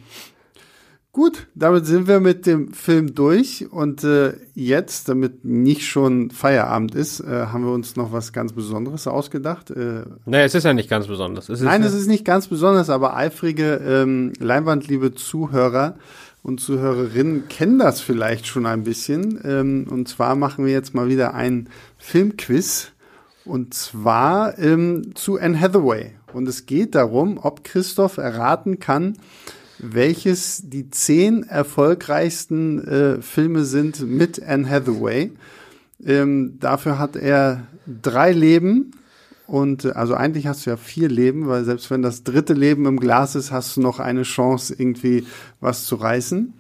S1: Gut, damit sind wir mit dem Film durch und äh, jetzt, damit nicht schon Feierabend ist, äh, haben wir uns noch was ganz Besonderes ausgedacht. Äh,
S2: naja, es ist ja nicht ganz besonders. Es ist
S1: nein,
S2: ja
S1: es ist nicht ganz besonders, aber eifrige ähm, Leinwandliebe Zuhörer und Zuhörerinnen kennen das vielleicht schon ein bisschen. Ähm, und zwar machen wir jetzt mal wieder ein Filmquiz und zwar ähm, zu Anne Hathaway. Und es geht darum, ob Christoph erraten kann, welches die zehn erfolgreichsten äh, Filme sind mit Anne Hathaway. Ähm, dafür hat er drei Leben und äh, also eigentlich hast du ja vier Leben, weil selbst wenn das dritte Leben im Glas ist, hast du noch eine Chance, irgendwie was zu reißen.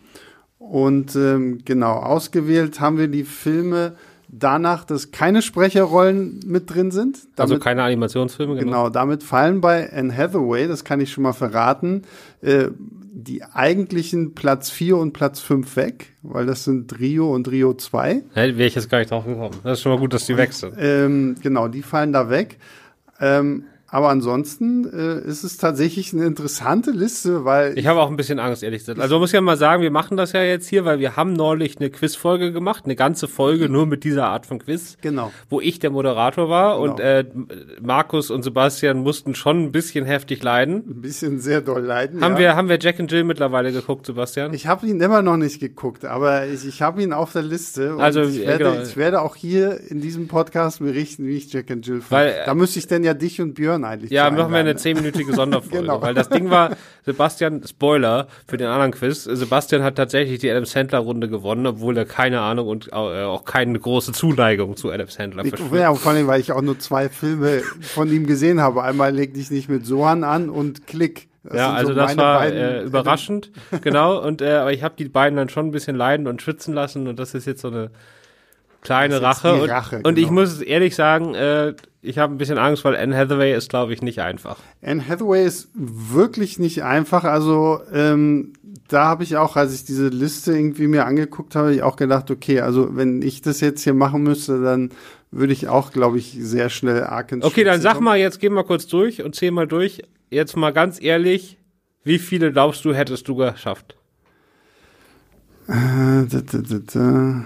S1: Und ähm, genau, ausgewählt haben wir die Filme danach, dass keine Sprecherrollen mit drin sind.
S2: Damit, also keine Animationsfilme,
S1: genau. Genau, damit fallen bei Anne Hathaway, das kann ich schon mal verraten, äh, die eigentlichen Platz vier und Platz fünf weg, weil das sind Rio und Rio zwei.
S2: Ja, wäre ich jetzt gar nicht drauf gekommen. Das ist schon mal gut, dass die weg sind.
S1: Ähm, genau, die fallen da weg. Ähm, aber ansonsten äh, ist es tatsächlich eine interessante Liste, weil...
S2: Ich, ich habe auch ein bisschen Angst, ehrlich gesagt. Also man muss ja mal sagen, wir machen das ja jetzt hier, weil wir haben neulich eine Quizfolge gemacht, eine ganze Folge nur mit dieser Art von Quiz. Genau. Wo ich der Moderator war genau. und äh, Markus und Sebastian mussten schon ein bisschen heftig leiden.
S1: Ein bisschen sehr doll leiden,
S2: haben
S1: ja.
S2: Wir, haben wir Jack and Jill mittlerweile geguckt, Sebastian?
S1: Ich habe ihn immer noch nicht geguckt, aber ich, ich habe ihn auf der Liste. Und
S2: also
S1: ich werde,
S2: genau.
S1: ich werde auch hier in diesem Podcast berichten, wie ich Jack and Jill fand. Weil, da müsste ich denn ja dich und Björn eigentlich
S2: ja, machen wir eine zehnminütige Sonderfolge, genau. Weil das Ding war, Sebastian, Spoiler für den anderen Quiz, Sebastian hat tatsächlich die Adam Sandler Runde gewonnen, obwohl er keine Ahnung und auch keine große Zuneigung zu Adam Sandler verspürt.
S1: Ja, vor allem, weil ich auch nur zwei Filme von ihm gesehen habe. Einmal Leg dich nicht mit Sohan an und Klick.
S2: Das ja, also so das war äh, überraschend, genau, und äh, aber ich habe die beiden dann schon ein bisschen leiden und schwitzen lassen und das ist jetzt so eine Kleine Rache. Und, Rache und genau. Ich muss ehrlich sagen, äh, ich habe ein bisschen Angst, weil Anne Hathaway ist, glaube ich, nicht einfach.
S1: Anne Hathaway ist wirklich nicht einfach. Also ähm, da habe ich auch, als ich diese Liste irgendwie mir angeguckt habe, ich auch gedacht, okay, also wenn ich das jetzt hier machen müsste, dann würde ich auch, glaube ich, sehr schnell arg ins
S2: Okay, dann sag kommen. mal, jetzt geh mal kurz durch und zähl mal durch. Jetzt mal ganz ehrlich, wie viele glaubst du, hättest du geschafft?
S1: Äh, da, da, da, da.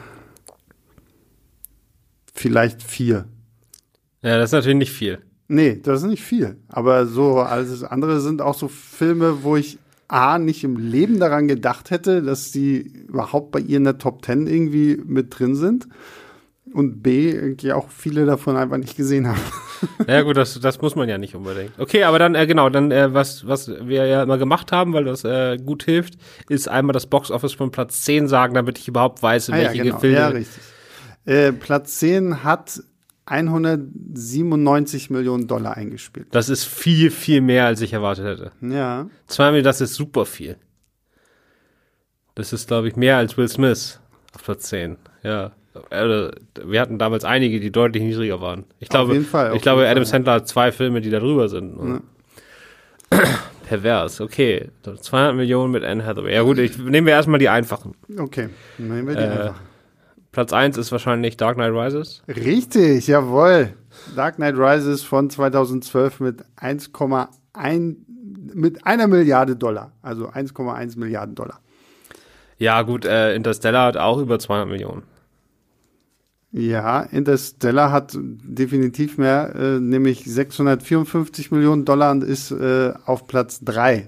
S1: Vielleicht vier.
S2: Ja, das ist natürlich nicht viel.
S1: Nee, das ist nicht viel. Aber so alles andere sind auch so Filme, wo ich A, nicht im Leben daran gedacht hätte, dass die überhaupt bei ihr in der Top Ten irgendwie mit drin sind. Und B, irgendwie auch viele davon einfach nicht gesehen haben.
S2: Ja gut, das, das muss man ja nicht unbedingt. Okay, aber dann, äh, genau, dann, äh, was, was wir ja immer gemacht haben, weil das äh, gut hilft, ist einmal das Box-Office von Platz zehn sagen, damit ich überhaupt weiß, in
S1: ah,
S2: welche
S1: ja, genau.
S2: Filme.
S1: Ja, richtig. Äh, Platz zehn hat hundertsiebenundneunzig Millionen Dollar eingespielt.
S2: Das ist viel, viel mehr, als ich erwartet hätte.
S1: Ja.
S2: Zweimal, das ist super viel. Das ist, glaube ich, mehr als Will Smith auf Platz zehn. Ja. Wir hatten damals einige, die deutlich niedriger waren. Ich glaube,
S1: auf jeden Fall,
S2: ich glaube, Adam Sandler hat zwei Filme, die da drüber sind. Ja. Pervers, okay. zweihundert Millionen mit Anne Hathaway. Ja gut, ich, nehmen wir erstmal die einfachen.
S1: Okay, nehmen wir die
S2: äh,
S1: einfachen.
S2: Platz eins ist wahrscheinlich Dark Knight Rises.
S1: Richtig, jawohl. Dark Knight Rises von zweitausendzwölf mit eins Komma eins mit einer Milliarde Dollar. Also eins Komma eins Milliarden Dollar.
S2: Ja gut, äh, Interstellar hat auch über zweihundert Millionen.
S1: Ja, Interstellar hat definitiv mehr, äh, nämlich sechshundertvierundfünfzig Millionen Dollar und ist äh, auf Platz drei.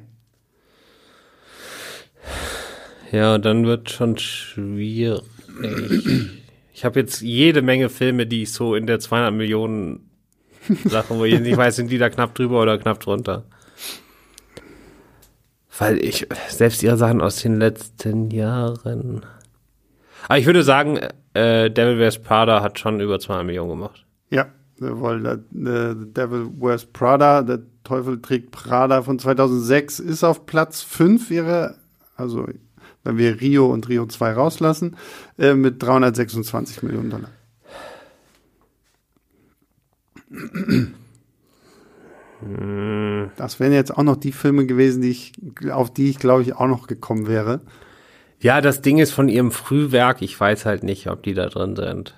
S2: Ja, und dann wird schon schwierig. Ich habe jetzt jede Menge Filme, die ich so in der zweihundert Millionen Sachen, wo ich nicht weiß, sind die da knapp drüber oder knapp drunter. Weil ich, selbst ihre Sachen aus den letzten Jahren. Aber ich würde sagen, äh, Devil Wears Prada hat schon über zweihundert Millionen gemacht.
S1: Ja, weil der, der Devil Wears Prada, der Teufel trägt Prada von zweitausendsechs, ist auf Platz fünf ihrer, also wenn wir Rio und Rio zwei rauslassen, äh, mit dreihundertsechsundzwanzig Millionen Dollar. Das wären jetzt auch noch die Filme gewesen, die ich, auf die ich, glaube ich, auch noch gekommen wäre.
S2: Ja, das Ding ist von ihrem Frühwerk, ich weiß halt nicht, ob die da drin sind.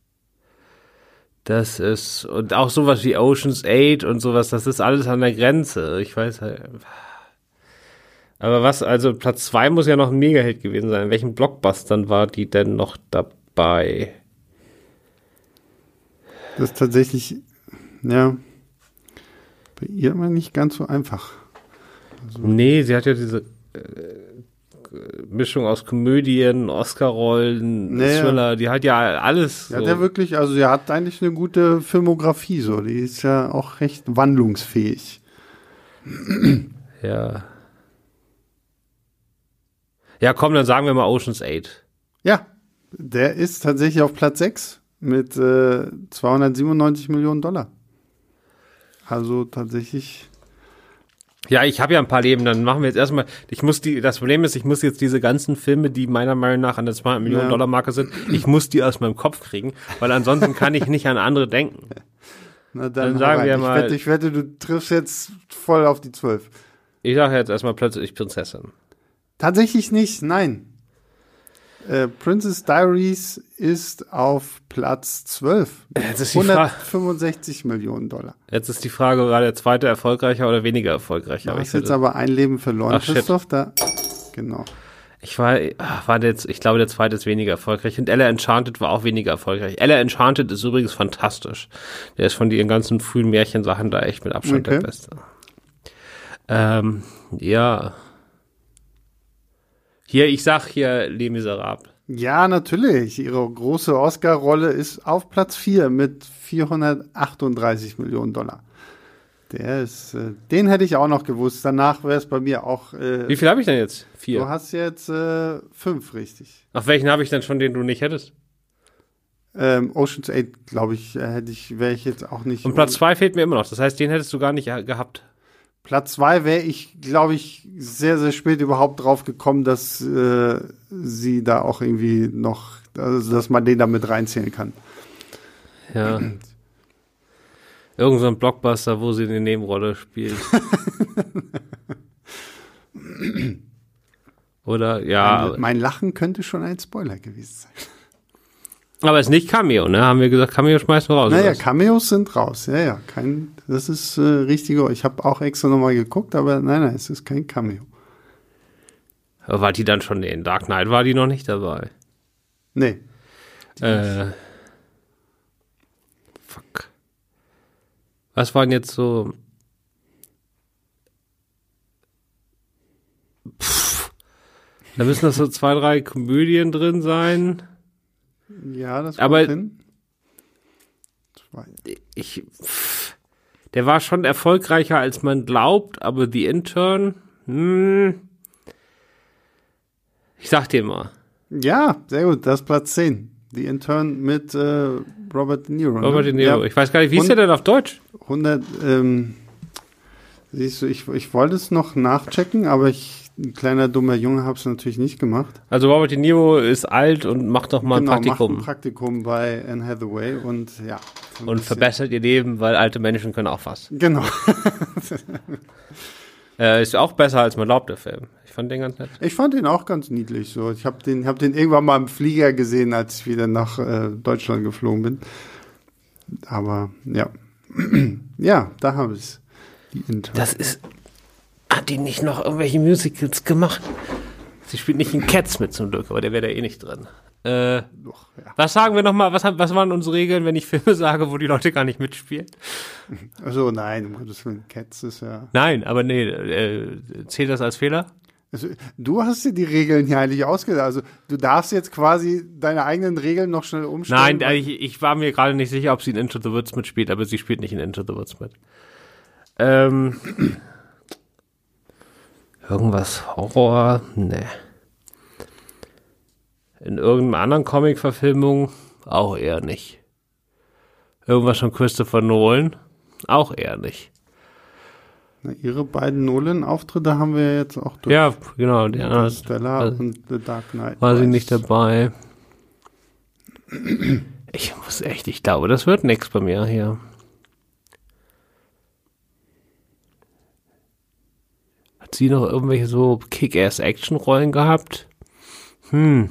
S2: Das ist, und auch sowas wie Ocean's Eight und sowas, das ist alles an der Grenze. Ich weiß halt. Aber was, also Platz zwei muss ja noch ein Mega-Hit gewesen sein. In welchen Blockbustern war die denn noch dabei?
S1: Das ist tatsächlich, ja, bei ihr immer nicht ganz so einfach.
S2: Also, nee, sie hat ja diese äh, Mischung aus Komödien, Oscar-Rollen, naja. Thriller, die hat ja alles.
S1: Ja, so. Der wirklich, also sie hat eigentlich eine gute Filmografie, so, die ist ja auch recht wandlungsfähig.
S2: Ja. Ja, komm, dann sagen wir mal Ocean's Eight.
S1: Ja, der ist tatsächlich auf Platz sechs mit äh, zweihundertsiebenundneunzig Millionen Dollar. Also tatsächlich.
S2: Ja, ich habe ja ein paar Leben, dann machen wir jetzt erstmal, ich muss die, das Problem ist, ich muss jetzt diese ganzen Filme, die meiner Meinung nach an der zweihundert Millionen Dollar Marke sind, ich muss die aus meinem Kopf kriegen, weil ansonsten kann ich nicht an andere denken.
S1: Na dann, dann sagen wir mal. Ich wette, ich wette, du triffst jetzt voll auf die zwölf.
S2: Ich sage jetzt erstmal plötzlich Prinzessin.
S1: Tatsächlich nicht, nein. Äh, Princess Diaries ist auf Platz zwölf.
S2: Jetzt ist die
S1: hundertfünfundsechzig Fra- Millionen Dollar.
S2: Jetzt ist die Frage, war der zweite erfolgreicher oder weniger erfolgreicher?
S1: Du hast jetzt aber ein Leben verloren,
S2: Ach,
S1: Christoph. Da, genau.
S2: Ich war, war jetzt, ich glaube, der zweite ist weniger erfolgreich und Ella Enchanted war auch weniger erfolgreich. Ella Enchanted ist übrigens fantastisch. Der ist von ihren ganzen frühen Märchensachen da echt mit Abstand okay. der Beste. Ähm, ja. Hier, ich sag hier Les Miserables.
S1: Ja, natürlich. Ihre große Oscar-Rolle ist auf Platz vier mit vierhundertachtunddreißig Millionen Dollar. Der ist, äh, den hätte ich auch noch gewusst. Danach wäre es bei mir auch. Äh,
S2: Wie viel habe ich denn jetzt? Vier.
S1: Du hast jetzt äh, fünf, richtig.
S2: Ach, welchen habe ich denn schon, den du nicht hättest?
S1: Ähm, Ocean's Eight, glaube ich, hätte ich, wäre ich jetzt auch nicht.
S2: Und Platz zwei fehlt mir immer noch. Das heißt, den hättest du gar nicht gehabt.
S1: Platz zwei wäre ich, glaube ich, sehr, sehr spät überhaupt drauf gekommen, dass äh, sie da auch irgendwie noch, also dass man den da mit reinzählen kann.
S2: Ja. Irgend so ein Blockbuster, wo sie eine Nebenrolle spielt. Oder, ja.
S1: Mein, mein Lachen könnte schon ein Spoiler gewesen sein.
S2: Aber es ist nicht Cameo, ne? Haben wir gesagt, Cameo schmeißen wir raus.
S1: Naja,
S2: oder?
S1: Cameos sind raus. Ja, ja. Kein, das ist äh, richtiger. Ich habe auch extra nochmal geguckt, aber nein, nein, es ist kein Cameo.
S2: Aber war die dann schon in Dark Knight? War die noch nicht dabei?
S1: Nee.
S2: Äh. Fuck. Was waren jetzt so. Pff. Da müssen das so zwei, drei Komödien drin sein.
S1: Ja, das
S2: aber
S1: hin.
S2: Ich, pff, der war schon erfolgreicher, als man glaubt, aber The Intern, hm, ich sag dir mal.
S1: Ja, sehr gut, das ist Platz zehn. The Intern mit äh, Robert De Niro.
S2: Robert
S1: ne?
S2: De Niro,
S1: Ja.
S2: ich weiß gar nicht, wie ist der denn auf Deutsch?
S1: hundert, ähm, siehst du, ich, ich wollte es noch nachchecken, aber ich, ein kleiner dummer Junge, habe es natürlich nicht gemacht.
S2: Also Robert De Niro ist alt und macht doch mal
S1: genau,
S2: ein Praktikum.
S1: Macht ein Praktikum bei Anne Hathaway und ja. so ein
S2: Und
S1: bisschen-
S2: verbessert ihr Leben, weil alte Menschen können auch was.
S1: Genau.
S2: Äh, ist auch besser, als man glaubt, der Film. Ich fand den ganz nett.
S1: Ich fand den auch ganz niedlich. So, ich habe den, hab den irgendwann mal im Flieger gesehen, als ich wieder nach äh, Deutschland geflogen bin. Aber ja, ja, da habe ich es. Die Intern.
S2: Das ist, hat die nicht noch irgendwelche Musicals gemacht? Sie spielt nicht in Cats mit zum Glück, aber der wäre da eh nicht drin. Äh,
S1: Doch, ja.
S2: was sagen wir nochmal, was, haben- was waren unsere Regeln, wenn ich Filme sage, wo die Leute gar nicht mitspielen?
S1: Also nein, um Gottes Willen, Cats ist ja.
S2: Nein, aber nee, äh, zählt das als Fehler?
S1: Also, du hast dir die Regeln hier eigentlich ausgedacht. Also du darfst jetzt quasi deine eigenen Regeln noch schnell umstellen.
S2: Nein, äh, ich, ich war mir gerade nicht sicher, ob sie in Into the Woods mitspielt, aber sie spielt nicht in Into the Woods mit. Ähm, irgendwas Horror? Nee. In irgendeiner anderen Comic-Verfilmung? Auch eher nicht. Irgendwas von Christopher Nolan? Auch eher nicht.
S1: Na, ihre beiden Nolan-Auftritte haben wir jetzt auch durch.
S2: Ja, genau. Die anderen
S1: Stellar
S2: also-
S1: und The Dark Knight.
S2: war sie
S1: Rises.
S2: nicht dabei. Ich muss echt, ich glaube, das wird nix bei mir hier. Hat sie noch irgendwelche so Kick-Ass-Action-Rollen gehabt? Hm.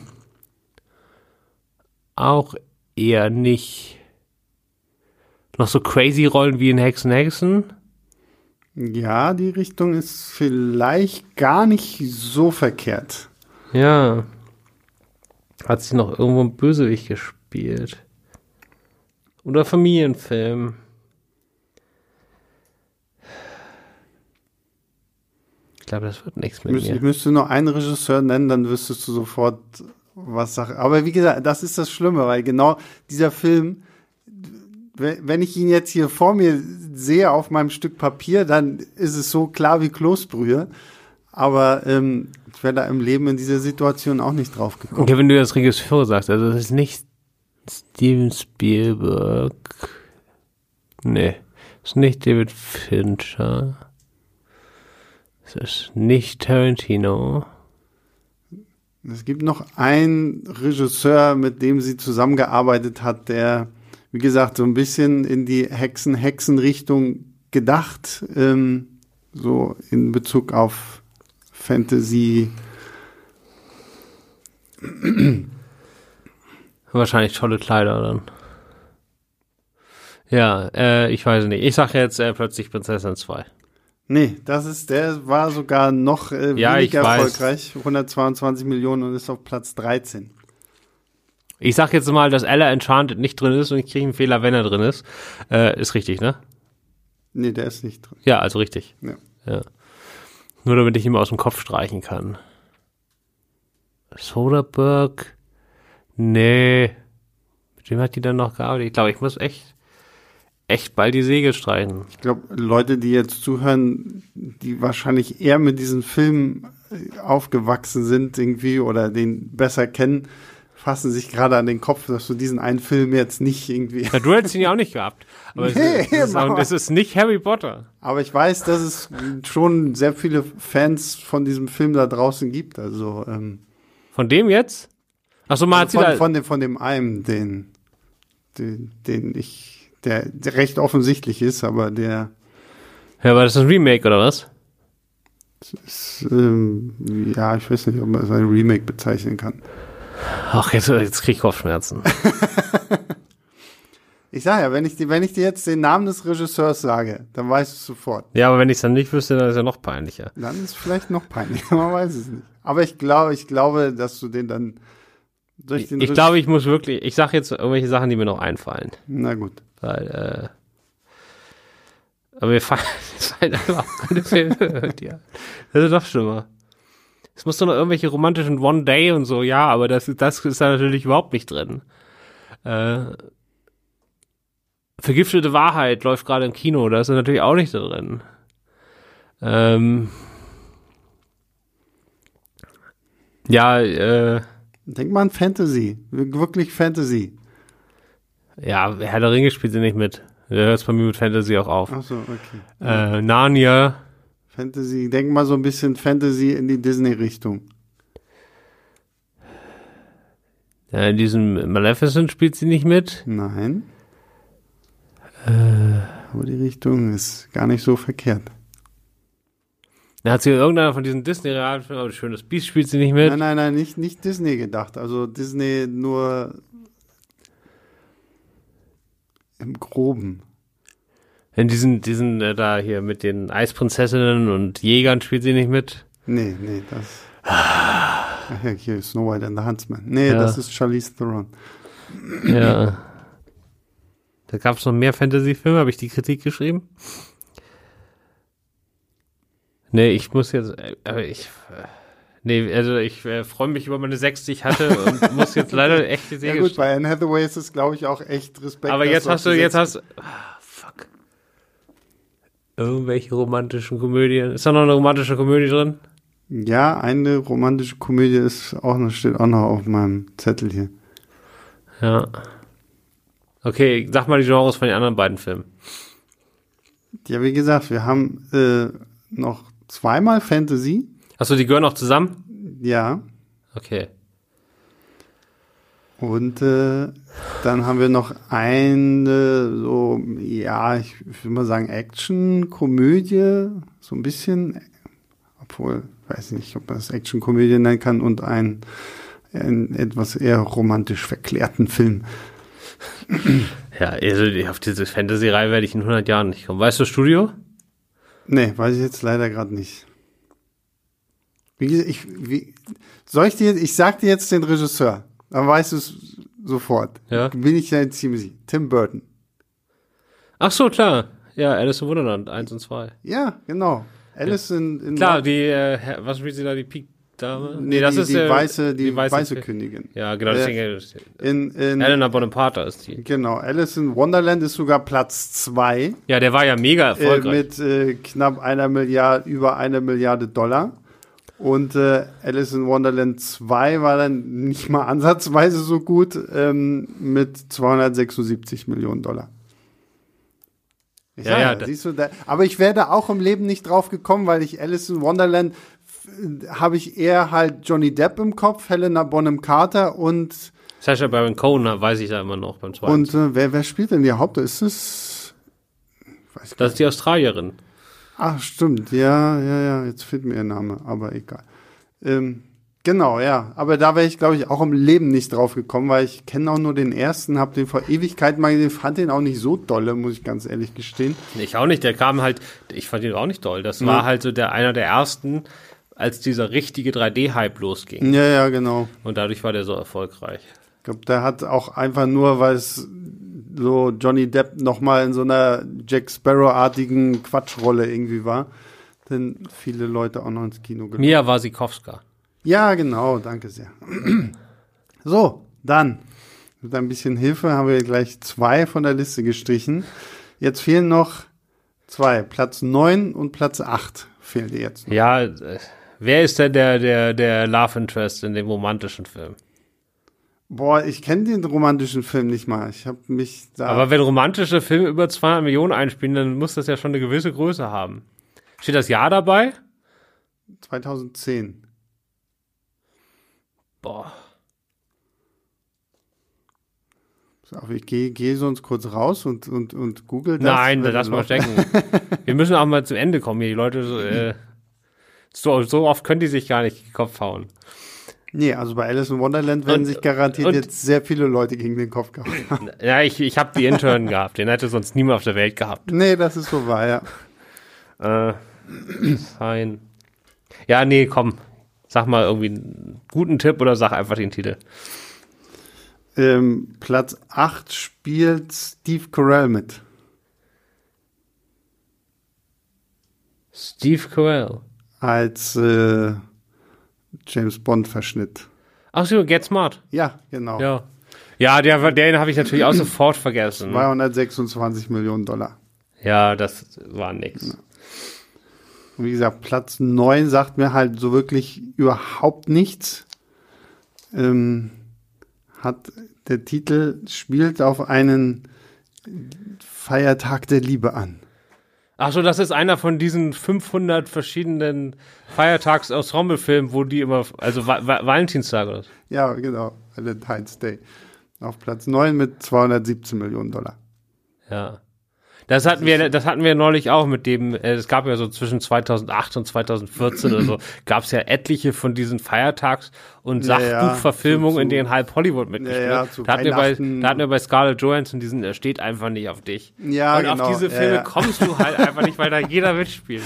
S2: Auch eher nicht. Noch so crazy Rollen wie in Hexen Hexen?
S1: Ja, die Richtung ist vielleicht gar nicht so verkehrt.
S2: Ja. Hat sie noch irgendwo einen Bösewicht gespielt? Oder Familienfilm? Ich glaube, das wird nichts
S1: Ich
S2: mit
S1: müsste,
S2: mir.
S1: ich müsste nur einen Regisseur nennen, dann wüsstest du sofort, was Sache. Aber wie gesagt, das ist das Schlimme, weil genau dieser Film, wenn wenn ich ihn jetzt hier vor mir sehe auf meinem Stück Papier, dann ist es so klar wie Kloßbrühe. Aber ähm, ich wäre da im Leben in dieser Situation auch nicht drauf gekommen.
S2: Okay, wenn du das Regisseur sagst, also das ist nicht Steven Spielberg. Nee, das ist nicht David Fincher. Es ist nicht Tarantino.
S1: Es gibt noch einen Regisseur, mit dem sie zusammengearbeitet hat, der, wie gesagt, so ein bisschen in die Hexen-Hexen-Richtung gedacht, ähm, so in Bezug auf Fantasy.
S2: Wahrscheinlich tolle Kleider dann. Ja, äh, ich weiß nicht. Ich sag jetzt äh, plötzlich Prinzessin zwei.
S1: Nee, das ist, der war sogar noch äh,
S2: Ja, ich
S1: weniger
S2: weiß.
S1: erfolgreich, hundertzweiundzwanzig Millionen und ist auf Platz dreizehn.
S2: Ich sag jetzt mal, dass Ella Enchanted nicht drin ist und ich kriege einen Fehler, wenn er drin ist. Äh, ist richtig, ne?
S1: Nee, der ist nicht drin.
S2: Ja, also richtig.
S1: Ja.
S2: Ja. Nur damit ich ihn mal aus dem Kopf streichen kann. Soderbergh? Nee. Mit wem hat die dann noch gearbeitet? Ich glaube, ich muss echt, echt bald die Segel streichen.
S1: Ich glaube, Leute, die jetzt zuhören, die wahrscheinlich eher mit diesen Filmen äh, aufgewachsen sind irgendwie oder den besser kennen, fassen sich gerade an den Kopf, dass du diesen einen Film jetzt nicht irgendwie.
S2: Ja, du hättest ihn ja auch nicht gehabt. Aber es,
S1: Nee,
S2: ist, es, ist, auch,
S1: Mama.
S2: es ist nicht Harry Potter.
S1: Aber ich weiß, dass es schon sehr viele Fans von diesem Film da draußen gibt. Also, ähm,
S2: Von dem jetzt? Ach so, man
S1: Also
S2: hat
S1: von,
S2: sie da,
S1: von, dem, von dem einen, den, den, den ich, der, der recht offensichtlich ist, aber der
S2: ja, war das ein Remake oder was?
S1: ist, ähm, ja, ich weiß nicht, ob man es ein Remake bezeichnen kann.
S2: Ach, jetzt, jetzt krieg ich Kopfschmerzen.
S1: Ich sage ja, wenn ich, die, wenn ich dir jetzt den Namen des Regisseurs sage, dann weißt du es sofort.
S2: Ja, aber wenn ich es dann nicht wüsste, dann ist ja noch peinlicher.
S1: Dann ist es vielleicht noch peinlicher, man weiß es nicht. Aber ich glaube, ich glaube, dass du den dann durch
S2: Ich,
S1: den
S2: ich
S1: Regisseur-
S2: glaube, ich muss wirklich, ich sage jetzt irgendwelche Sachen, die mir noch einfallen.
S1: Na gut.
S2: Weil, äh, aber mir fallen, es fallen einfach auch keine Filme. Ja. Das ist doch schlimmer. Es muss doch noch irgendwelche romantischen One Day und so, ja, aber das, das ist da natürlich überhaupt nicht drin. Äh, Vergiftete Wahrheit läuft gerade im Kino, da ist er natürlich auch nicht da drin. Ähm, ja, äh,
S1: Denk mal an Fantasy. Wirklich Fantasy.
S2: ja, Herr der Ringe spielt sie nicht mit. Da hört es bei mir mit Fantasy auch auf.
S1: Ach so, okay.
S2: Äh, Narnia,
S1: Fantasy. Denk mal so ein bisschen Fantasy in die Disney-Richtung.
S2: ja, in diesem Maleficent spielt sie nicht mit.
S1: Nein.
S2: Äh,
S1: Aber die Richtung ist gar nicht so verkehrt.
S2: da hat sie irgendeiner von diesen Disney-Realfilmen, aber Schönes Biest spielt sie nicht mit.
S1: Nein, nein, nein, nicht, nicht Disney gedacht. Also Disney nur im Groben.
S2: In diesen, diesen äh, da hier mit den Eisprinzessinnen und Jägern spielt sie nicht mit.
S1: Nee, nee, das. Ach ja, hier ist Snow White and the Huntsman. Nee,
S2: Ja.
S1: das ist Charlize Theron.
S2: Ja. Da gab es noch mehr Fantasy-Filme, habe ich die Kritik geschrieben? Nee, ich muss jetzt, äh, aber ich, äh, nee, also ich äh, freue mich über meine sechs, die ich hatte und muss jetzt leider echt die
S1: Ja
S2: Säge
S1: gut, bei Anne Hathaway ist es, glaube ich, auch echt Respekt.
S2: aber
S1: dass
S2: jetzt
S1: auf
S2: hast du,
S1: die
S2: jetzt
S1: sechs-
S2: hast ah, fuck. Irgendwelche romantischen Komödien. Ist da noch eine romantische Komödie drin?
S1: Ja, eine romantische Komödie ist auch noch, steht auch noch auf meinem Zettel hier.
S2: Ja. Okay, sag mal die Genres von den anderen beiden Filmen.
S1: Ja, wie gesagt, wir haben äh, noch zweimal Fantasy.
S2: Achso, die gehören auch zusammen?
S1: Ja.
S2: Okay.
S1: Und äh, dann haben wir noch eine, so, ja, ich würde mal sagen, Action-Komödie, so ein bisschen, obwohl, weiß nicht, ob man das Action-Komödie nennen kann, und ein, einen etwas eher romantisch verklärten Film.
S2: Ja, also auf diese Fantasy-Reihe werde ich in hundert Jahren nicht kommen. Weißt du, Studio?
S1: Nee, weiß ich jetzt leider gerade nicht. Wie, gesagt, ich, wie, soll ich dir, ich sag dir jetzt den Regisseur, dann weißt du es sofort.
S2: Ja.
S1: Bin ich ja ziemlich. Tim Burton.
S2: Ach so, klar. Ja, Alice im Wunderland, eins und zwei.
S1: Ja, genau. Alice in, in
S2: Klar, die, äh, was spielt sie da, die Peak-Dame?
S1: Nee, das die, ist die,
S2: äh,
S1: weiße, die, weiße, weiße
S2: K-
S1: Königin.
S2: Ja, genau,
S1: Äh,
S2: deswegen.
S1: In, in,
S2: Helena Bonham Carter ist die.
S1: Genau, Alice in Wonderland ist sogar Platz zwei.
S2: Ja, der war ja mega
S1: Äh,
S2: erfolgreich.
S1: mit äh, knapp einer Milliarde, über einer Milliarde Dollar. Und äh, Alice in Wonderland zwei war dann nicht mal ansatzweise so gut, ähm, mit zweihundertsechsundsiebzig Millionen Dollar. Ich
S2: Ja,
S1: sag
S2: ja,
S1: ja, siehst du, da, aber ich wäre da auch im Leben nicht drauf gekommen, weil ich Alice in Wonderland f- habe ich eher halt Johnny Depp im Kopf, Helena Bonham Carter und
S2: Sacha Baron Cohen weiß ich da immer noch beim zweiten.
S1: und äh, wer wer spielt denn die Haupt? Ist es? Ich weiß gar
S2: Das ist die Australierin.
S1: Ach, stimmt, ja, ja, ja, jetzt fehlt mir ihr Name, aber egal. Ähm, genau, ja, aber da wäre ich, glaube ich, auch im Leben nicht drauf gekommen, weil ich kenne auch nur den ersten, habe den vor Ewigkeiten mal gesehen, fand den auch nicht so dolle, muss ich ganz ehrlich gestehen.
S2: Ich auch nicht, der kam halt, ich fand ihn auch nicht toll. Das
S1: Ja.
S2: war halt so der einer der ersten, als dieser richtige drei D-Hype losging.
S1: Ja, ja, genau.
S2: Und dadurch war der so erfolgreich.
S1: Ich glaube, der hat auch einfach nur, weil es so Johnny Depp nochmal in so einer Jack Sparrow-artigen Quatschrolle irgendwie war, denn viele Leute auch noch ins Kino gelockt.
S2: Mia Wasikowska.
S1: Ja, genau, danke sehr. So, dann, mit ein bisschen Hilfe haben wir gleich zwei von der Liste gestrichen. Jetzt fehlen noch zwei, Platz neun und Platz acht fehlt dir jetzt noch.
S2: Ja, äh, wer ist denn der, der, der Love Interest in dem romantischen Film?
S1: Boah, ich kenne den romantischen Film nicht mal. Ich habe mich da...
S2: Aber wenn romantische Filme über zweihundert Millionen einspielen, dann muss das ja schon eine gewisse Größe haben. Steht das Jahr dabei?
S1: zweitausendzehn.
S2: Boah.
S1: So, ich gehe geh sonst kurz raus und, und, und google das.
S2: Nein, lass mal stecken. Wir müssen auch mal zum Ende kommen hier. Die Leute, so, äh, so, so oft können die sich gar nicht den Kopf hauen.
S1: Nee, also bei Alice in Wonderland werden
S2: Und-
S1: sich garantiert
S2: und-
S1: jetzt sehr viele Leute gegen den Kopf gehauen haben.
S2: Ja, ich, ich habe die Intern gehabt. Den hätte sonst niemand auf der Welt gehabt.
S1: Nee, das ist so wahr, ja.
S2: Äh, fein. Ja, nee, komm. Sag mal irgendwie einen guten Tipp oder sag einfach den Titel.
S1: Ähm, Platz acht spielt Steve Carell mit.
S2: Steve Carell.
S1: Als äh, James Bond-Verschnitt.
S2: Ach so, Get Smart.
S1: Ja, genau.
S2: Ja. Ja, der, den habe ich natürlich auch sofort vergessen.
S1: zweihundertsechsundzwanzig Millionen Dollar.
S2: Ja, das war nix.
S1: Und wie gesagt, Platz neun sagt mir halt so wirklich überhaupt nichts. Ähm, hat der Titel spielt auf einen Feiertag der Liebe an.
S2: Ach so, das ist einer von diesen fünfhundert verschiedenen Feiertags-Ensemble-Filmen, wo die immer, also Va Va Valentinstag oder so.
S1: Ja, genau, Valentine's Day. Auf Platz neun mit zweihundertsiebzehn Millionen Dollar.
S2: Ja. Das hatten wir, das hatten wir neulich auch mit dem, äh, es gab ja so zwischen zweitausendacht und zweitausendvierzehn oder so, gab es ja etliche von diesen Feiertags- und
S1: Ja, ja,
S2: Sachbuchverfilmungen,
S1: zu-
S2: in denen halb Hollywood mitgespielt
S1: Ja, ja,
S2: hat.
S1: zu
S2: Da hatten wir bei,
S1: Weihnachten.
S2: da hatten wir bei Scarlett Johansson diesen, er steht einfach nicht auf dich.
S1: Ja,
S2: und
S1: genau.
S2: auf diese
S1: Ja,
S2: Filme
S1: ja.
S2: kommst du halt einfach nicht, weil da jeder mitspielt.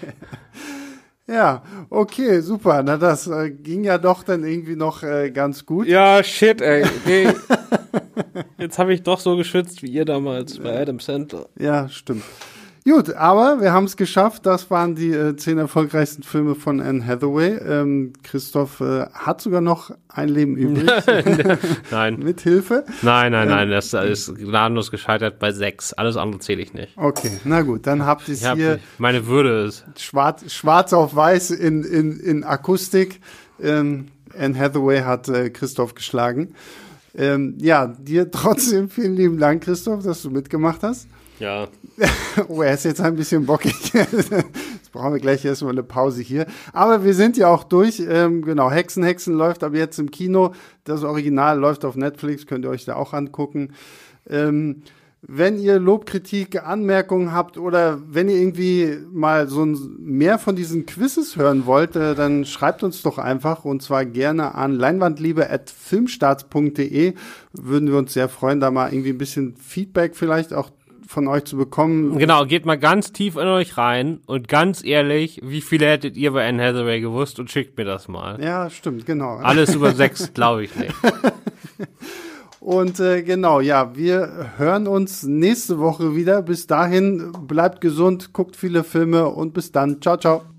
S1: Ja, okay, super. Na, das äh, ging ja doch dann irgendwie noch äh, ganz gut.
S2: Ja, shit, ey. Nee. Jetzt habe ich doch so geschützt wie ihr damals bei Adam Sandler.
S1: Ja, stimmt. Gut, aber wir haben es geschafft. Das waren die äh, zehn erfolgreichsten Filme von Anne Hathaway. Ähm, Christoph äh, hat sogar noch ein Leben übrig.
S2: Nein.
S1: Mit Hilfe.
S2: Nein, nein, nein, das ist gnadenlos gescheitert bei sechs. Alles andere zähle ich nicht.
S1: Okay, na gut, dann habt ihr es
S2: Ich hab,
S1: hier
S2: meine Würde ist.
S1: schwarz, schwarz auf weiß in, in, in Akustik. Ähm, Anne Hathaway hat äh, Christoph geschlagen. Ähm, ja, dir trotzdem vielen lieben Dank, Christoph, dass du mitgemacht hast.
S2: Ja.
S1: Oh, er ist jetzt ein bisschen bockig. Jetzt brauchen wir gleich erstmal eine Pause hier. Aber wir sind ja auch durch. Ähm, genau, Hexen, Hexen läuft ab jetzt im Kino. Das Original läuft auf Netflix, könnt ihr euch da auch angucken. Ähm, wenn ihr Lob, Kritik, Anmerkungen habt oder wenn ihr irgendwie mal so ein, mehr von diesen Quizzes hören wollt, äh, dann schreibt uns doch einfach und zwar gerne an leinwandliebe at filmstarts punkt de. Würden wir uns sehr freuen, da mal irgendwie ein bisschen Feedback vielleicht auch von euch zu bekommen.
S2: Genau, geht mal ganz tief in euch rein und ganz ehrlich, wie viele hättet ihr bei Anne Hathaway gewusst und schickt mir das mal.
S1: Ja, stimmt, genau.
S2: Alles über sechs, glaube ich nicht.
S1: Und äh, genau, ja, wir hören uns nächste Woche wieder. Bis dahin, bleibt gesund, guckt viele Filme und bis dann. Ciao, ciao.